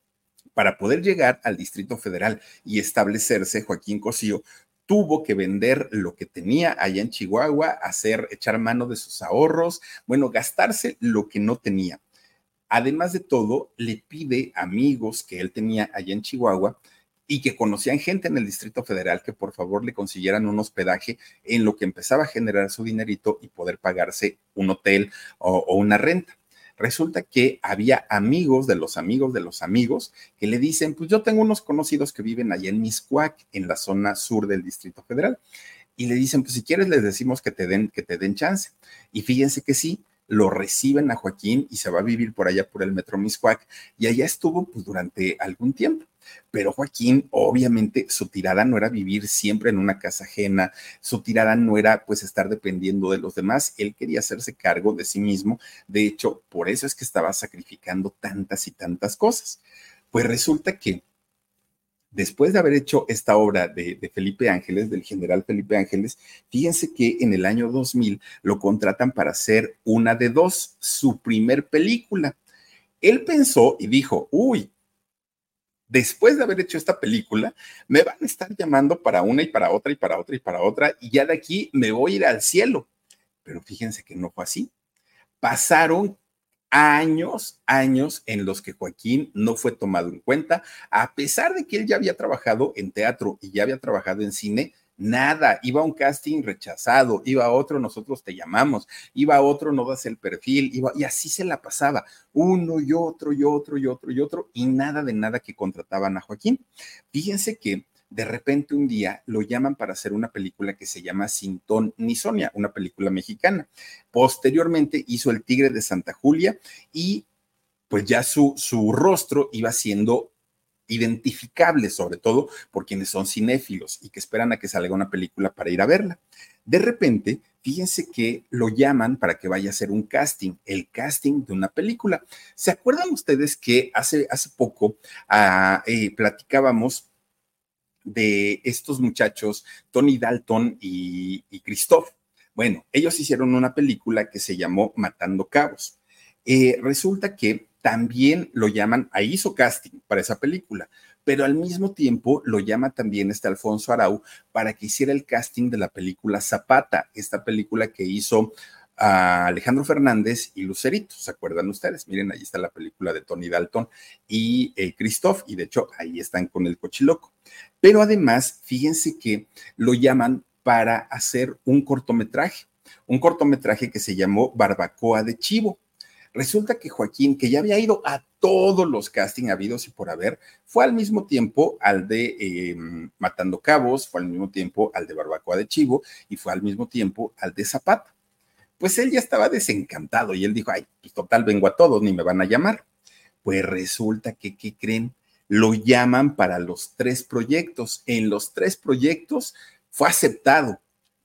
Speaker 4: Para poder llegar al Distrito Federal y establecerse, Joaquín Cosío tuvo que vender lo que tenía allá en Chihuahua, hacer, echar mano de sus ahorros, bueno, gastarse lo que no tenía. Además de todo, le pide amigos que él tenía allá en Chihuahua y que conocían gente en el Distrito Federal que por favor le consiguieran un hospedaje en lo que empezaba a generar su dinerito y poder pagarse un hotel o, o una renta. Resulta que había amigos de los amigos de los amigos que le dicen, pues yo tengo unos conocidos que viven allá en Mixcoac, en la zona sur del Distrito Federal. Y le dicen, pues si quieres les decimos que te den, que te den chance. Y fíjense que sí, lo reciben a Joaquín y se va a vivir por allá por el Metro Mixcoac y allá estuvo pues durante algún tiempo. Pero Joaquín, obviamente, su tirada no era vivir siempre en una casa ajena, su tirada no era pues estar dependiendo de los demás, él quería hacerse cargo de sí mismo, de hecho, por eso es que estaba sacrificando tantas y tantas cosas. Pues resulta que después de haber hecho esta obra de, de Felipe Ángeles, del general Felipe Ángeles, fíjense que en el año dos mil lo contratan para hacer una de dos, su primer película. Él pensó y dijo, uy, después de haber hecho esta película, me van a estar llamando para una y para otra y para otra y para otra, y ya de aquí me voy a ir al cielo. Pero fíjense que no fue así. Pasaron años, años en los que Joaquín no fue tomado en cuenta, a pesar de que él ya había trabajado en teatro y ya había trabajado en cine, nada, iba a un casting rechazado, iba a otro, nosotros te llamamos, iba a otro, no das el perfil, iba, y así se la pasaba, uno y otro y otro y otro y otro, y nada de nada que contrataban a Joaquín. Fíjense que de repente un día lo llaman para hacer una película que se llama Sin Ton ni Sonia, una película mexicana. Posteriormente hizo El Tigre de Santa Julia y pues ya su, su rostro iba siendo identificable, sobre todo por quienes son cinéfilos y que esperan a que salga una película para ir a verla. De repente, fíjense que lo llaman para que vaya a hacer un casting, el casting de una película. ¿Se acuerdan ustedes que hace, hace poco uh, eh, platicábamos de estos muchachos, Tony Dalton y, y Christoph? Bueno, ellos hicieron una película que se llamó Matando Cabos. Eh, resulta que también lo llaman, ahí hizo casting para esa película, pero al mismo tiempo lo llama también este Alfonso Arau para que hiciera el casting de la película Zapata, esta película que hizo a Alejandro Fernández y Lucerito, ¿se acuerdan ustedes? Miren, ahí está la película de Tony Dalton y eh, Christoph, y de hecho ahí están con el cochiloco. Pero además, fíjense que lo llaman para hacer un cortometraje, un cortometraje que se llamó Barbacoa de Chivo. Resulta que Joaquín, que ya había ido a todos los castings habidos y por haber, fue al mismo tiempo al de eh, Matando Cabos, fue al mismo tiempo al de Barbacoa de Chivo y fue al mismo tiempo al de Zapata. Pues él ya estaba desencantado y él dijo, ay, pues total, vengo a todos, ni me van a llamar. Pues resulta que, ¿qué creen? Lo llaman para los tres proyectos. En los tres proyectos fue aceptado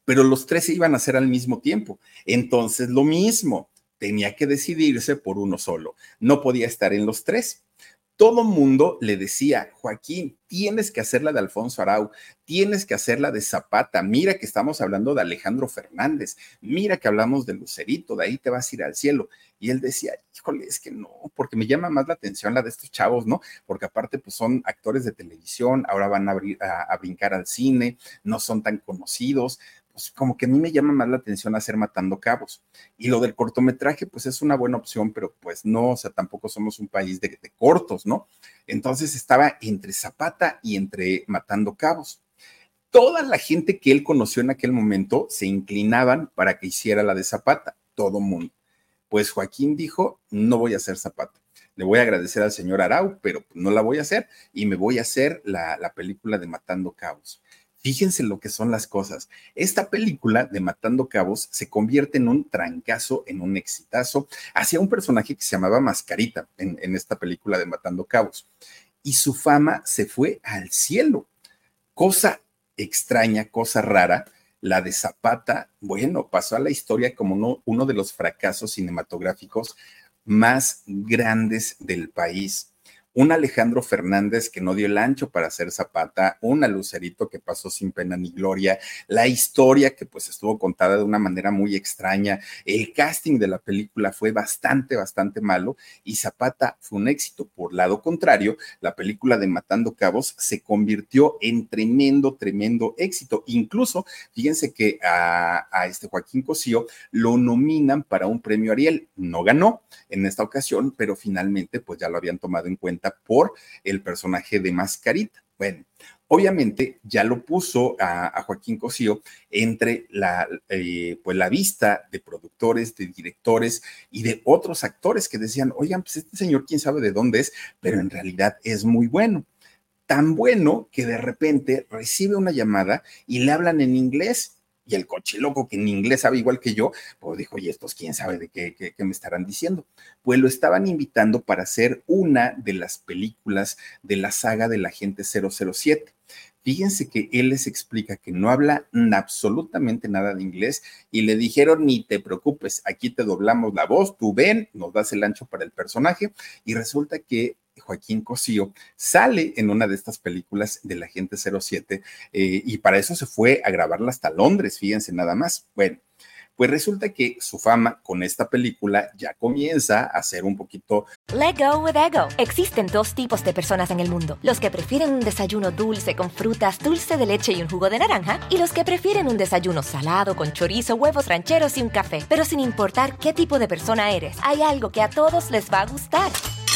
Speaker 4: pero los tres se iban a hacer al mismo tiempo. Entonces, lo mismo, tenía que decidirse por uno solo. No podía estar en los tres. Todo mundo le decía, Joaquín, tienes que hacer la de Alfonso Arau, tienes que hacer la de Zapata, mira que estamos hablando de Alejandro Fernández, mira que hablamos de Lucerito, de ahí te vas a ir al cielo. Y él decía, híjole, es que no, porque me llama más la atención la de estos chavos, ¿no? Porque aparte, pues son actores de televisión, ahora van a, abrir, a, a brincar al cine, no son tan conocidos. Pues como que a mí me llama más la atención hacer Matando Cabos. Y lo del cortometraje, pues es una buena opción, pero pues no, o sea, tampoco somos un país de, de cortos, ¿no? Entonces estaba entre Zapata y entre Matando Cabos. Toda la gente que él conoció en aquel momento se inclinaban para que hiciera la de Zapata, todo mundo. Pues Joaquín dijo, no voy a hacer Zapata. Le voy a agradecer al señor Arau, pero no la voy a hacer y me voy a hacer la, la película de Matando Cabos. Fíjense lo que son las cosas. Esta película de Matando Cabos se convierte en un trancazo, en un exitazo, hacia un personaje que se llamaba Mascarita en, en esta película de Matando Cabos. Y su fama se fue al cielo. Cosa extraña, cosa rara, la de Zapata, bueno, pasó a la historia como uno, uno de los fracasos cinematográficos más grandes del país. Un Alejandro Fernández que no dio el ancho para hacer Zapata, una Lucerito que pasó sin pena ni gloria, la historia que pues estuvo contada de una manera muy extraña, el casting de la película fue bastante, bastante malo y Zapata fue un éxito. Por lado contrario, la película de Matando Cabos se convirtió en tremendo, tremendo éxito. Incluso, fíjense que a, a este Joaquín Cosío lo nominan para un premio Ariel, no ganó en esta ocasión, pero finalmente pues ya lo habían tomado en cuenta por el personaje de Mascarita. Bueno, obviamente ya lo puso a, a Joaquín Cosío entre la, eh, pues la vista de productores, de directores y de otros actores que decían, oigan, pues este señor quién sabe de dónde es, pero en realidad es muy bueno. Tan bueno que de repente recibe una llamada y le hablan en inglés. Y el cochiloco, que en inglés sabe igual que yo, pues dijo, y estos quién sabe de qué, qué, qué me estarán diciendo. Pues lo estaban invitando para hacer una de las películas de la saga del Agente cero cero siete. Fíjense que él les explica que no habla absolutamente nada de inglés y le dijeron, ni te preocupes, aquí te doblamos la voz, tú ven, nos das el ancho para el personaje. Y resulta que Joaquín Cosío sale en una de estas películas del Agente cero siete eh, y para eso se fue a grabarla hasta Londres, fíjense nada más. Bueno, pues resulta que su fama con esta película ya comienza a ser un poquito...
Speaker 1: Let go with ego. Existen dos tipos de personas en el mundo. Los que prefieren un desayuno dulce con frutas, dulce de leche y un jugo de naranja. Y los que prefieren un desayuno salado con chorizo, huevos rancheros y un café. Pero sin importar qué tipo de persona eres, hay algo que a todos les va a gustar.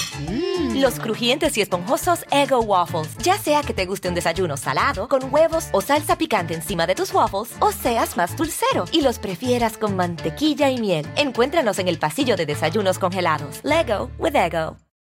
Speaker 1: Mm. Los crujientes y esponjosos Eggo Waffles. Ya sea que te guste un desayuno salado, con huevos o salsa picante encima de tus waffles, o seas más dulcero y los prefieras con mantequilla y miel. Encuéntranos en el pasillo de desayunos congelados. Lego with Eggo.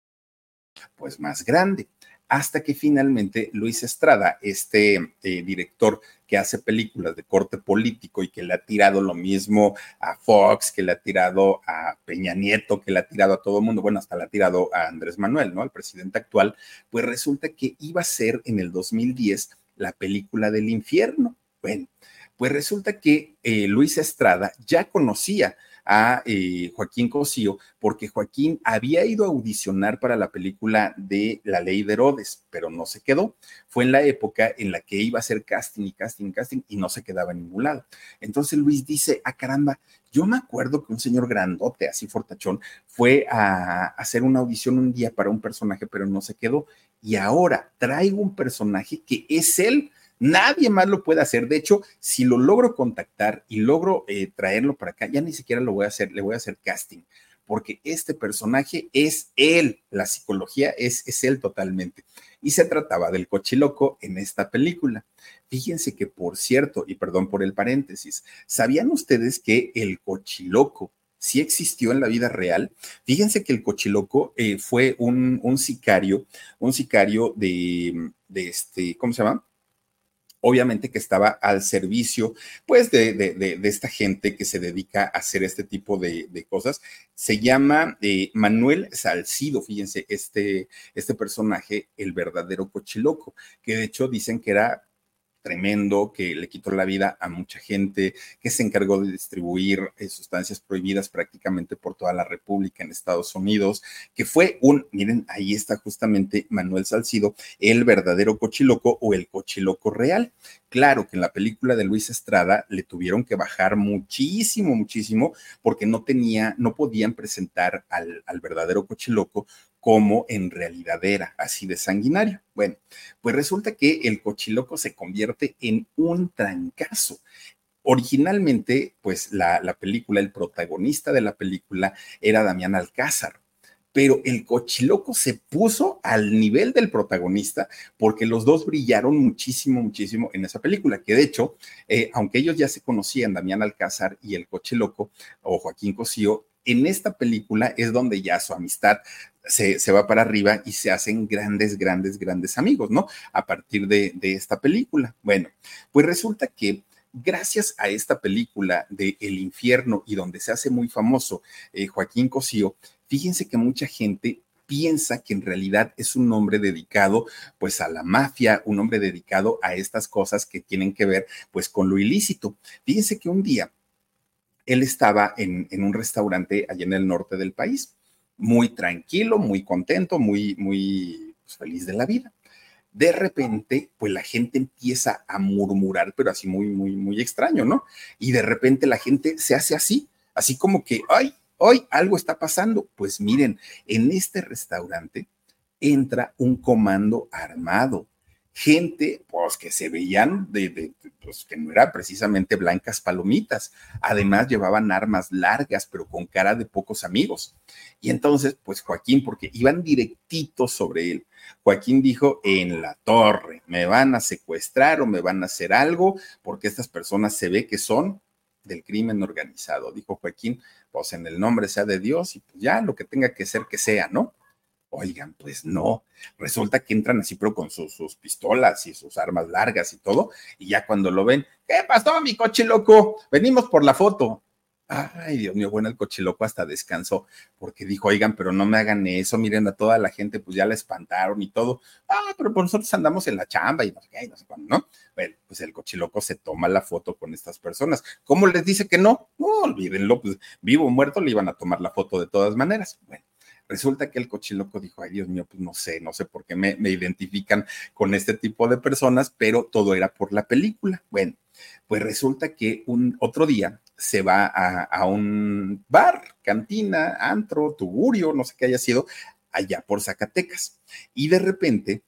Speaker 4: Pues más grande. Hasta que finalmente Luis Estrada, este eh, director que hace películas de corte político y que le ha tirado lo mismo a Fox, que le ha tirado a Peña Nieto, que le ha tirado a todo el mundo, bueno, hasta le ha tirado a Andrés Manuel, ¿no? Al presidente actual, pues resulta que iba a ser en el dos mil diez la película del infierno. Bueno, pues resulta que eh, Luis Estrada ya conocía a eh, Joaquín Cosío, porque Joaquín había ido a audicionar para la película de La Ley de Herodes, pero no se quedó. Fue en la época en la que iba a hacer casting y casting y casting y no se quedaba en ningún lado. Entonces Luis dice, ah, caramba, yo me acuerdo que un señor grandote, así fortachón, fue a hacer una audición un día para un personaje, pero no se quedó. Y ahora traigo un personaje que es él. Nadie más lo puede hacer. De hecho, si lo logro contactar y logro eh, traerlo para acá, ya ni siquiera lo voy a hacer, le voy a hacer casting, porque este personaje es él, la psicología es, es él totalmente. Y se trataba del cochiloco en esta película. Fíjense que, por cierto, y perdón por el paréntesis, ¿sabían ustedes que el cochiloco sí existió en la vida real? Fíjense que el cochiloco eh, fue un, un sicario, un sicario de, de este, ¿cómo se llama? Obviamente que estaba al servicio, pues, de, de, de, de esta gente que se dedica a hacer este tipo de, de cosas. Se llama eh, Manuel Salcido, fíjense, este, este personaje, el verdadero cochiloco, que de hecho dicen que era tremendo, que le quitó la vida a mucha gente, que se encargó de distribuir eh, sustancias prohibidas prácticamente por toda la República en Estados Unidos, que fue un, miren, ahí está justamente Manuel Salcido, el verdadero cochiloco o el cochiloco real. Claro que en la película de Luis Estrada le tuvieron que bajar muchísimo, muchísimo, porque no tenía, no podían presentar al, al verdadero cochiloco como en realidad era, así de sanguinario. Bueno, pues resulta que el cochiloco se convierte en un trancazo. Originalmente, pues la, la película, el protagonista de la película era Damián Alcázar, pero el cochiloco se puso al nivel del protagonista porque los dos brillaron muchísimo, muchísimo en esa película, que de hecho, eh, aunque ellos ya se conocían, Damián Alcázar y el cochiloco, o Joaquín Cosío, en esta película es donde ya su amistad se, se va para arriba y se hacen grandes, grandes, grandes amigos, ¿no? A partir de, de esta película. Bueno, pues resulta que gracias a esta película de El Infierno y donde se hace muy famoso eh, Joaquín Cosío, fíjense que mucha gente piensa que en realidad es un hombre dedicado pues a la mafia, un hombre dedicado a estas cosas que tienen que ver pues con lo ilícito. Fíjense que un día él estaba en, en un restaurante allá en el norte del país, muy tranquilo, muy contento, muy, muy pues, feliz de la vida. De repente, pues la gente empieza a murmurar, pero así muy, muy, muy extraño, ¿no? Y de repente la gente se hace así, así como que, ay, hoy algo está pasando. Pues miren, en este restaurante entra un comando armado, gente, pues que se veían de, de, pues que no eran precisamente blancas palomitas, además llevaban armas largas, pero con cara de pocos amigos. Y entonces, pues Joaquín, porque iban directitos sobre él, Joaquín dijo, en la torre, me van a secuestrar o me van a hacer algo, porque estas personas se ve que son del crimen organizado, dijo Joaquín, pues en el nombre sea de Dios y pues ya lo que tenga que ser que sea, ¿no? Oigan, pues no, resulta que entran así, pero con sus, sus pistolas y sus armas largas y todo, y ya cuando lo ven, ¿qué pasó, mi cochiloco? Venimos por la foto. Ay, Dios mío, bueno, el cochiloco hasta descansó, porque dijo, oigan, pero no me hagan eso, miren a toda la gente, pues ya la espantaron y todo. Ah, pero pues nosotros andamos en la chamba y no sé qué, y no sé cuándo, ¿no? Bueno, pues el cochiloco se toma la foto con estas personas. ¿Cómo les dice que no? No, olvídenlo, pues vivo o muerto le iban a tomar la foto de todas maneras. Bueno. Resulta que el cochiloco dijo, ay Dios mío, pues no sé, no sé por qué me, me identifican con este tipo de personas, pero todo era por la película. Bueno, pues resulta que un otro día se va a, a un bar, cantina, antro, tugurio, no sé qué haya sido, allá por Zacatecas. Y de repente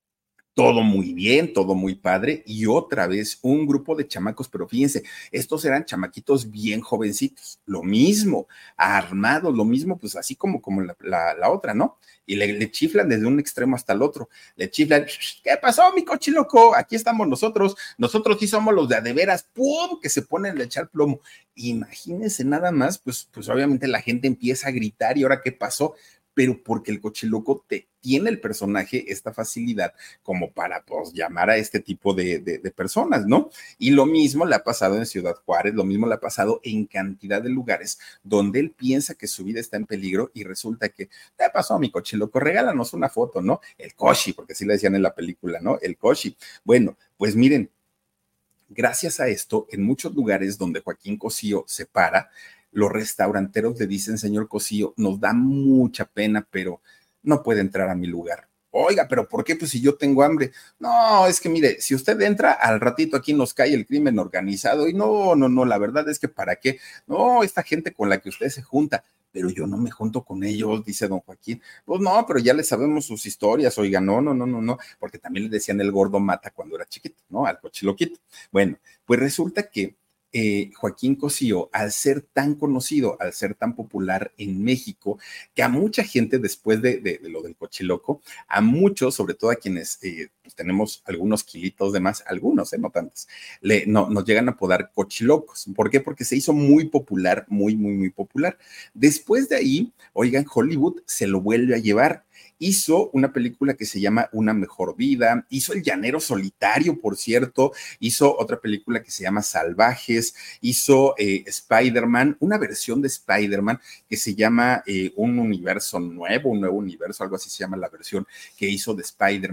Speaker 4: todo muy bien, todo muy padre, y otra vez un grupo de chamacos, pero fíjense, estos eran chamaquitos bien jovencitos, lo mismo, armados, lo mismo, pues así como, como la, la, la otra, ¿no? Y le, le chiflan desde un extremo hasta el otro, le chiflan, ¿qué pasó, mi cochiloco? Aquí estamos nosotros, nosotros sí somos los de a de veras, ¡pum!, que se ponen a echar plomo. Imagínense nada más, pues, pues obviamente la gente empieza a gritar, ¿y ahora qué pasó? Pero porque el cochiloco te, tiene el personaje esta facilidad como para pues, llamar a este tipo de, de, de personas, ¿no? Y lo mismo le ha pasado en Ciudad Juárez, lo mismo le ha pasado en cantidad de lugares donde él piensa que su vida está en peligro y resulta que, ¿qué pasó, mi cochiloco? Regálanos una foto, ¿no? El cochi, porque así le decían en la película, ¿no? El cochi. Bueno, pues miren, gracias a esto, en muchos lugares donde Joaquín Cosío se para, los restauranteros le dicen, señor Cosío, nos da mucha pena, pero no puede entrar a mi lugar. Oiga, pero ¿por qué? Pues si yo tengo hambre. No, es que mire, si usted entra, al ratito aquí nos cae el crimen organizado y no, no, no, la verdad es que ¿para qué? No, esta gente con la que usted se junta, pero yo no me junto con ellos, dice don Joaquín. Pues no, pero ya le sabemos sus historias, oiga, no, no, no, no, no, porque también le decían el gordo mata cuando era chiquito, ¿no? Al cochiloquito. Bueno, pues resulta que Eh, Joaquín Cosío, al ser tan conocido, al ser tan popular en México, que a mucha gente después de, de, de lo del cochiloco, a muchos, sobre todo a quienes eh, pues tenemos algunos kilitos de más, algunos, eh, no tantos, le, no, nos llegan a apodar cochilocos. ¿Por qué? Porque se hizo muy popular, muy, muy, muy popular. Después de ahí, oigan, Hollywood se lo vuelve a llevar. Hizo una película que se llama Una Mejor Vida, hizo El Llanero Solitario, por cierto, hizo otra película que se llama Salvajes, hizo eh, Spider-Man, una versión de Spider-Man que se llama eh, Un Universo Nuevo, un nuevo universo, algo así se llama la versión que hizo de Spider-Man,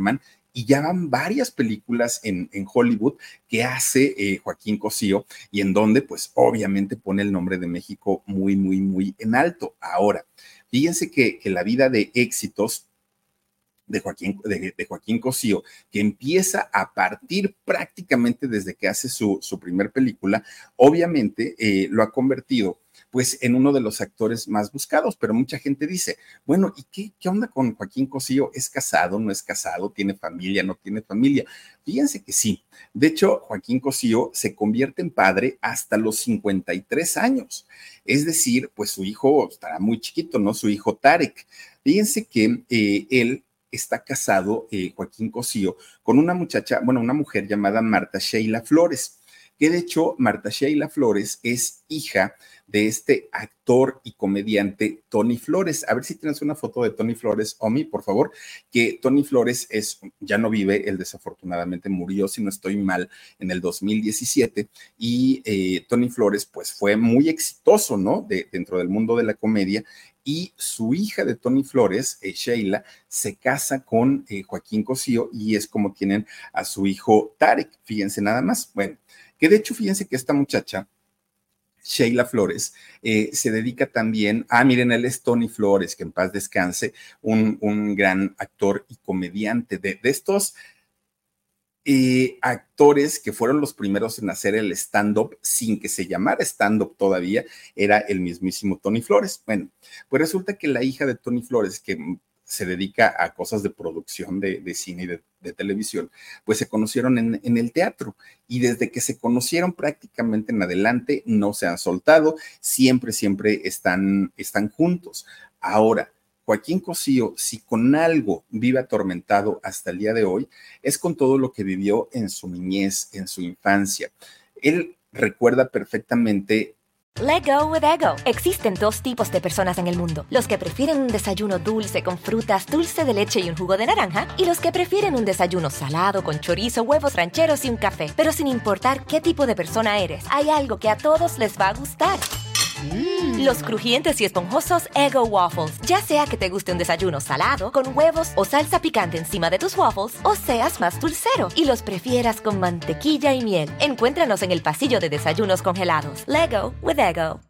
Speaker 4: y ya van varias películas en, en Hollywood que hace eh, Joaquín Cosío y en donde pues obviamente pone el nombre de México muy, muy, muy en alto. Ahora, fíjense que, que la vida de éxitos de Joaquín, de, de Joaquín Cosío, que empieza a partir prácticamente desde que hace su, su primer película, obviamente eh, lo ha convertido pues en uno de los actores más buscados, pero mucha gente dice, bueno, ¿y qué, qué onda con Joaquín Cosío? ¿Es casado, no es casado? ¿Tiene familia, no tiene familia? Fíjense que sí. De hecho, Joaquín Cosío se convierte en padre hasta los cincuenta y tres años. Es decir, pues su hijo estará muy chiquito, ¿no? Su hijo Tarek. Fíjense que eh, él está casado, eh, Joaquín Cosío, con una muchacha, bueno, una mujer llamada Marta Sheila Flores, que de hecho Marta Sheila Flores es hija de este actor y comediante Tony Flores. A ver si tienes una foto de Tony Flores, Omi, por favor, que Tony Flores es, ya no vive, él desafortunadamente murió, si no estoy mal, en el dos mil diecisiete, y eh, Tony Flores pues fue muy exitoso, ¿no? De, dentro del mundo de la comedia, y su hija de Tony Flores, eh, Sheila, se casa con eh, Joaquín Cosío y es como tienen a su hijo Tarek, fíjense nada más. Bueno, que de hecho fíjense que esta muchacha, Sheila Flores, eh, se dedica también, ah, miren, él es Tony Flores, que en paz descanse, un, un gran actor y comediante de, de estos eh, actores que fueron los primeros en hacer el stand-up sin que se llamara stand-up todavía, era el mismísimo Tony Flores. Bueno, pues resulta que la hija de Tony Flores, que se dedica a cosas de producción de, de cine y de, de televisión, pues se conocieron en, en el teatro y desde que se conocieron prácticamente en adelante no se han soltado, siempre, siempre están, están juntos. Ahora, Joaquín Cosío, si con algo vive atormentado hasta el día de hoy, es con todo lo que vivió en su niñez, en su infancia. Él recuerda perfectamente.
Speaker 1: Let go with ego. Existen dos tipos de personas en el mundo. Los que prefieren un desayuno dulce con frutas, dulce de leche y un jugo de naranja. Y los que prefieren un desayuno salado con chorizo, huevos rancheros y un café. Pero sin importar qué tipo de persona eres, hay algo que a todos les va a gustar. Mm. Los crujientes y esponjosos Eggo Waffles. Ya sea que te guste un desayuno salado, con huevos o salsa picante encima de tus waffles, o seas más dulcero y los prefieras con mantequilla y miel. Encuéntranos en el pasillo de desayunos congelados. Leggo with Eggo.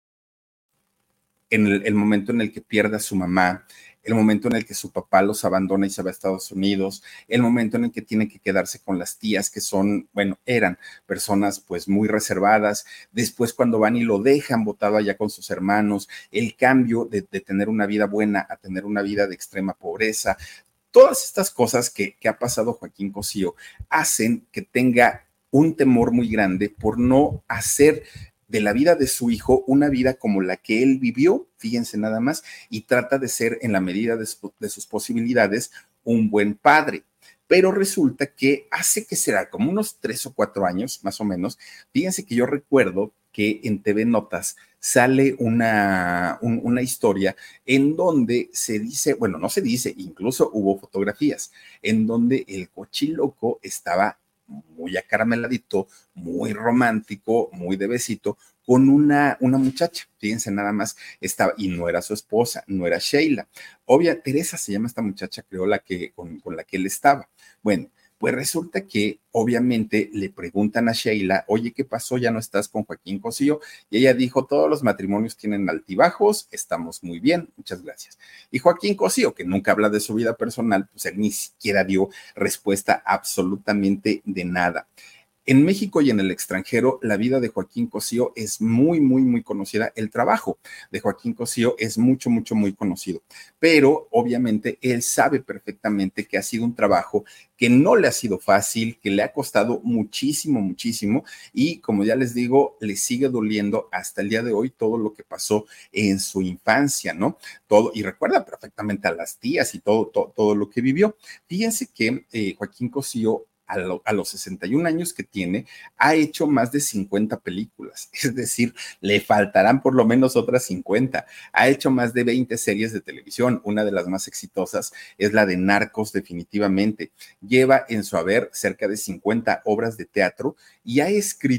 Speaker 4: En el, el momento en el que pierde a su mamá, el momento en el que su papá los abandona y se va a Estados Unidos, el momento en el que tiene que quedarse con las tías que son, bueno, eran personas pues muy reservadas, después cuando van y lo dejan botado allá con sus hermanos, el cambio de, de tener una vida buena a tener una vida de extrema pobreza, todas estas cosas que, que ha pasado Joaquín Cosío hacen que tenga un temor muy grande por no hacer de la vida de su hijo una vida como la que él vivió, fíjense nada más, y trata de ser en la medida de, su, de sus posibilidades un buen padre. Pero resulta que hace que será como unos tres o cuatro años, más o menos, fíjense que yo recuerdo que en T V Notas sale una, un, una historia en donde se dice, bueno, no se dice, incluso hubo fotografías, en donde el cochiloco estaba muy acarameladito, muy romántico, muy de besito, con una, una muchacha, fíjense nada más, estaba, y no era su esposa, no era Sheila. Obvia, Teresa se llama esta muchacha, creo, la que, con, con la que él estaba. Bueno, pues resulta que obviamente le preguntan a Sheila, oye, ¿qué pasó? ¿Ya no estás con Joaquín Cosío? Y ella dijo, todos los matrimonios tienen altibajos, estamos muy bien, muchas gracias. Y Joaquín Cosío, que nunca habla de su vida personal, pues él ni siquiera dio respuesta absolutamente de nada. En México y en el extranjero, la vida de Joaquín Cosío es muy, muy, muy conocida. El trabajo de Joaquín Cosío es mucho, mucho, muy conocido. Pero obviamente él sabe perfectamente que ha sido un trabajo que no le ha sido fácil, que le ha costado muchísimo, muchísimo. Y como ya les digo, le sigue doliendo hasta el día de hoy todo lo que pasó en su infancia, ¿no? Todo, y recuerda perfectamente a las tías y todo, todo, todo lo que vivió. Fíjense que eh, Joaquín Cosío, A, lo, a los sesenta y un años que tiene, ha hecho más de cincuenta películas, es decir, le faltarán por lo menos otras cincuenta. Ha hecho más de veinte series de televisión, una de las más exitosas es la de Narcos, definitivamente. Lleva en su haber cerca de cincuenta obras de teatro y ha escrito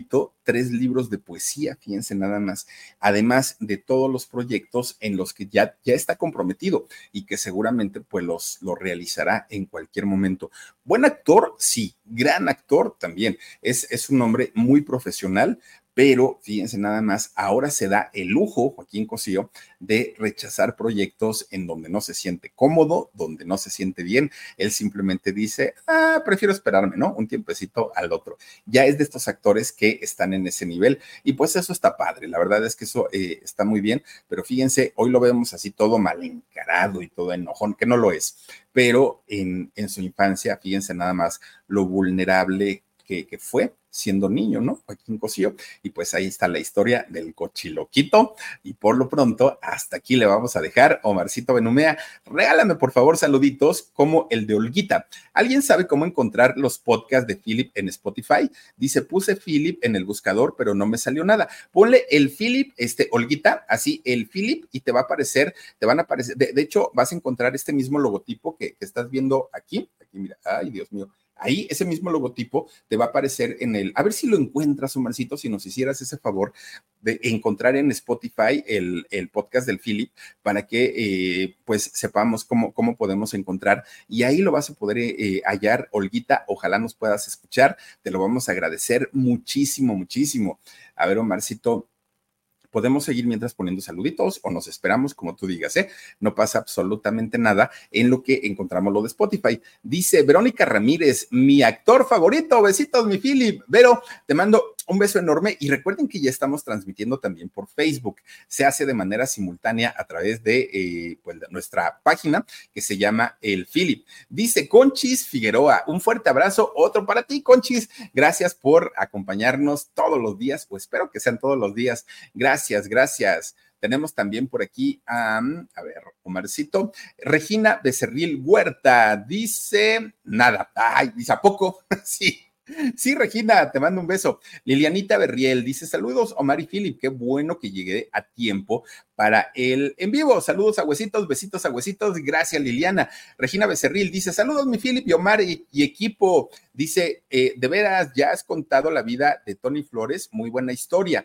Speaker 4: tres libros de poesía, fíjense nada más, además de todos los proyectos en los que ya, ya está comprometido y que seguramente pues los, los realizará en cualquier momento. Buen actor, sí, gran actor también, es, es un hombre muy profesional, pero fíjense nada más, ahora se da el lujo, Joaquín Cosío, de rechazar proyectos en donde no se siente cómodo, donde no se siente bien. Él simplemente dice, ah, prefiero esperarme, ¿no? Un tiempecito al otro. Ya es de estos actores que están en ese nivel y pues eso está padre. La verdad es que eso eh, está muy bien, pero fíjense, hoy lo vemos así todo mal encarado y todo enojón, que no lo es, pero en, en su infancia, fíjense nada más lo vulnerable que, que fue siendo niño, ¿no? Joaquín Cosío. Y pues ahí está la historia del cochiloquito. Y por lo pronto, hasta aquí le vamos a dejar. Omarcito Benumea, regálame por favor saluditos como el de Olguita. ¿Alguien sabe cómo encontrar los podcasts de Philip en Spotify? Dice, puse Philip en el buscador, pero no me salió nada. Ponle el Philip, este, Olguita, así, el Philip, y te va a aparecer, te van a aparecer, de, de hecho, vas a encontrar este mismo logotipo que, que estás viendo aquí. Aquí, mira, ay, Dios mío. Ahí ese mismo logotipo te va a aparecer en el, a ver si lo encuentras, Omarcito, si nos hicieras ese favor de encontrar en Spotify el, el podcast del Philip para que eh, pues sepamos cómo, cómo podemos encontrar y ahí lo vas a poder eh, hallar, Olguita, ojalá nos puedas escuchar, te lo vamos a agradecer muchísimo, muchísimo. A ver, Omarcito, podemos seguir mientras poniendo saluditos o nos esperamos, como tú digas, ¿eh? No pasa absolutamente nada en lo que encontramos lo de Spotify. Dice Verónica Ramírez, mi actor favorito, besitos, mi Philip. Vero, te mando un beso enorme y recuerden que ya estamos transmitiendo también por Facebook. Se hace de manera simultánea a través de, eh, pues, de nuestra página que se llama El Philip. Dice Conchis Figueroa, un fuerte abrazo, otro para ti, Conchis. Gracias por acompañarnos todos los días, o espero que sean todos los días. Gracias. Gracias, gracias. Tenemos también por aquí, um, a ver, Omarcito, Regina Becerril Huerta, dice nada. Ay, dice, ¿a poco? Sí. Sí, Regina, te mando un beso. Lilianita Berriel dice, saludos, Omar y Philip, qué bueno que llegué a tiempo para el en vivo. Saludos a huesitos, besitos a huesitos. Gracias, Liliana. Regina Becerril dice, saludos, mi Philip y Omar y, y equipo. Dice, eh, de veras, ya has contado la vida de Tony Flores, muy buena historia.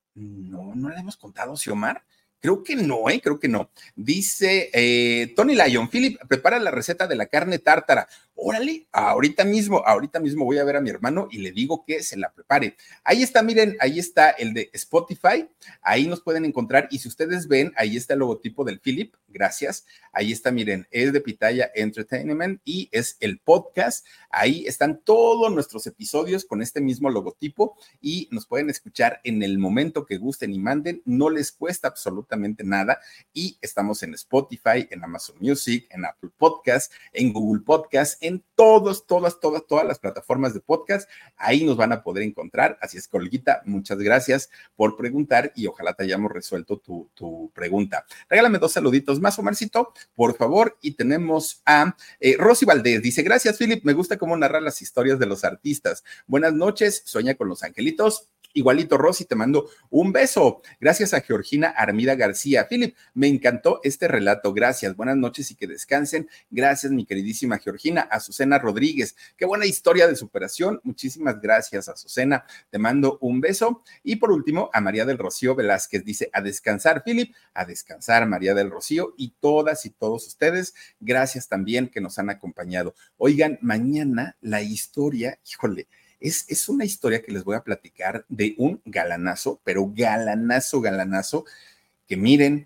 Speaker 4: No, no le hemos contado, Xiomar. Creo que no, ¿eh? Creo que no. Dice eh, Tony Lyon, Philip, prepara la receta de la carne tártara. Órale, ahorita mismo, ahorita mismo voy a ver a mi hermano y le digo que se la prepare. Ahí está, miren, ahí está el de Spotify, ahí nos pueden encontrar y si ustedes ven, ahí está el logotipo del Philip, gracias. Ahí está, miren, es de Pitaya Entertainment y es el podcast. Ahí están todos nuestros episodios con este mismo logotipo y nos pueden escuchar en el momento que gusten y manden. No les cuesta absolutamente nada y estamos en Spotify, en Amazon Music, en Apple Podcast, en Google Podcast, en todos, todas, todas, todas las plataformas de podcast. Ahí nos van a poder encontrar. Así es, Olguita, muchas gracias por preguntar y ojalá te hayamos resuelto tu, tu pregunta. Regálame dos saluditos más, Omarcito, por favor. Y tenemos a eh, Rosy Valdés. Dice, gracias, Philip. Me gusta cómo narrar las historias de los artistas. Buenas noches. Sueña con los angelitos. Igualito, Rosy, te mando un beso. Gracias a Georgina Armida García. Philip, me encantó este relato. Gracias. Buenas noches y que descansen. Gracias, mi queridísima Georgina. Azucena Rodríguez. Qué buena historia de superación. Muchísimas gracias, Azucena. Te mando un beso. Y por último, a María del Rocío Velázquez. Dice, a descansar, Philip. A descansar, María del Rocío. Y todas y todos ustedes, gracias también que nos han acompañado. Oigan, mañana la historia, híjole, Es, es una historia que les voy a platicar de un galanazo, pero galanazo, galanazo, que miren,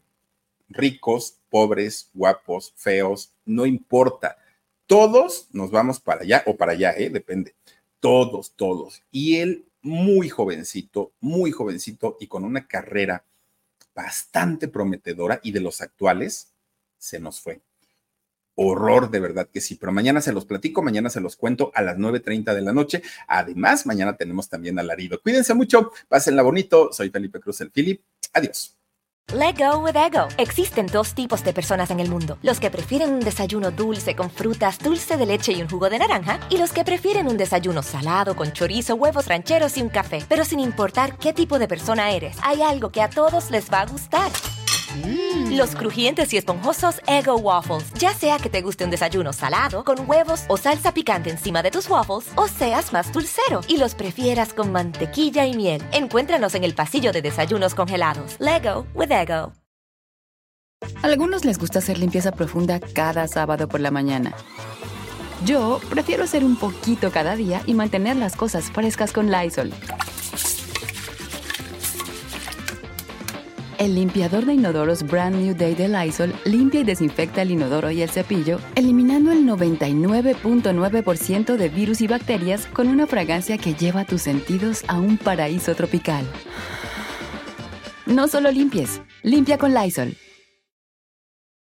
Speaker 4: ricos, pobres, guapos, feos, no importa. Todos nos vamos para allá, o para allá, ¿eh? Depende. Todos, todos. Y él muy jovencito, muy jovencito y con una carrera bastante prometedora y de los actuales, se nos fue. Horror, de verdad que sí, pero mañana se los platico, mañana se los cuento a las nueve treinta de la noche. Además, mañana tenemos también alarido. Cuídense mucho, pásenla bonito. Soy Felipe Cruz, el Philip. Adiós.
Speaker 1: Let go with ego. Existen dos tipos de personas en el mundo. Los que prefieren un desayuno dulce con frutas, dulce de leche y un jugo de naranja. Y los que prefieren un desayuno salado con chorizo, huevos rancheros y un café. Pero sin importar qué tipo de persona eres, hay algo que a todos les va a gustar. Mm. Los crujientes y esponjosos Eggo Waffles. Ya sea que te guste un desayuno salado, con huevos o salsa picante encima de tus waffles, o seas más dulcero y los prefieras con mantequilla y miel. Encuéntranos en el pasillo de desayunos congelados. Leggo with Eggo.
Speaker 2: A algunos les gusta hacer limpieza profunda cada sábado por la mañana. Yo prefiero hacer un poquito cada día y mantener las cosas frescas con Lysol. El limpiador de inodoros Brand New Day de Lysol limpia y desinfecta el inodoro y el cepillo, eliminando el noventa y nueve punto nueve por ciento de virus y bacterias con una fragancia que lleva tus sentidos a un paraíso tropical. No solo limpies, limpia con Lysol.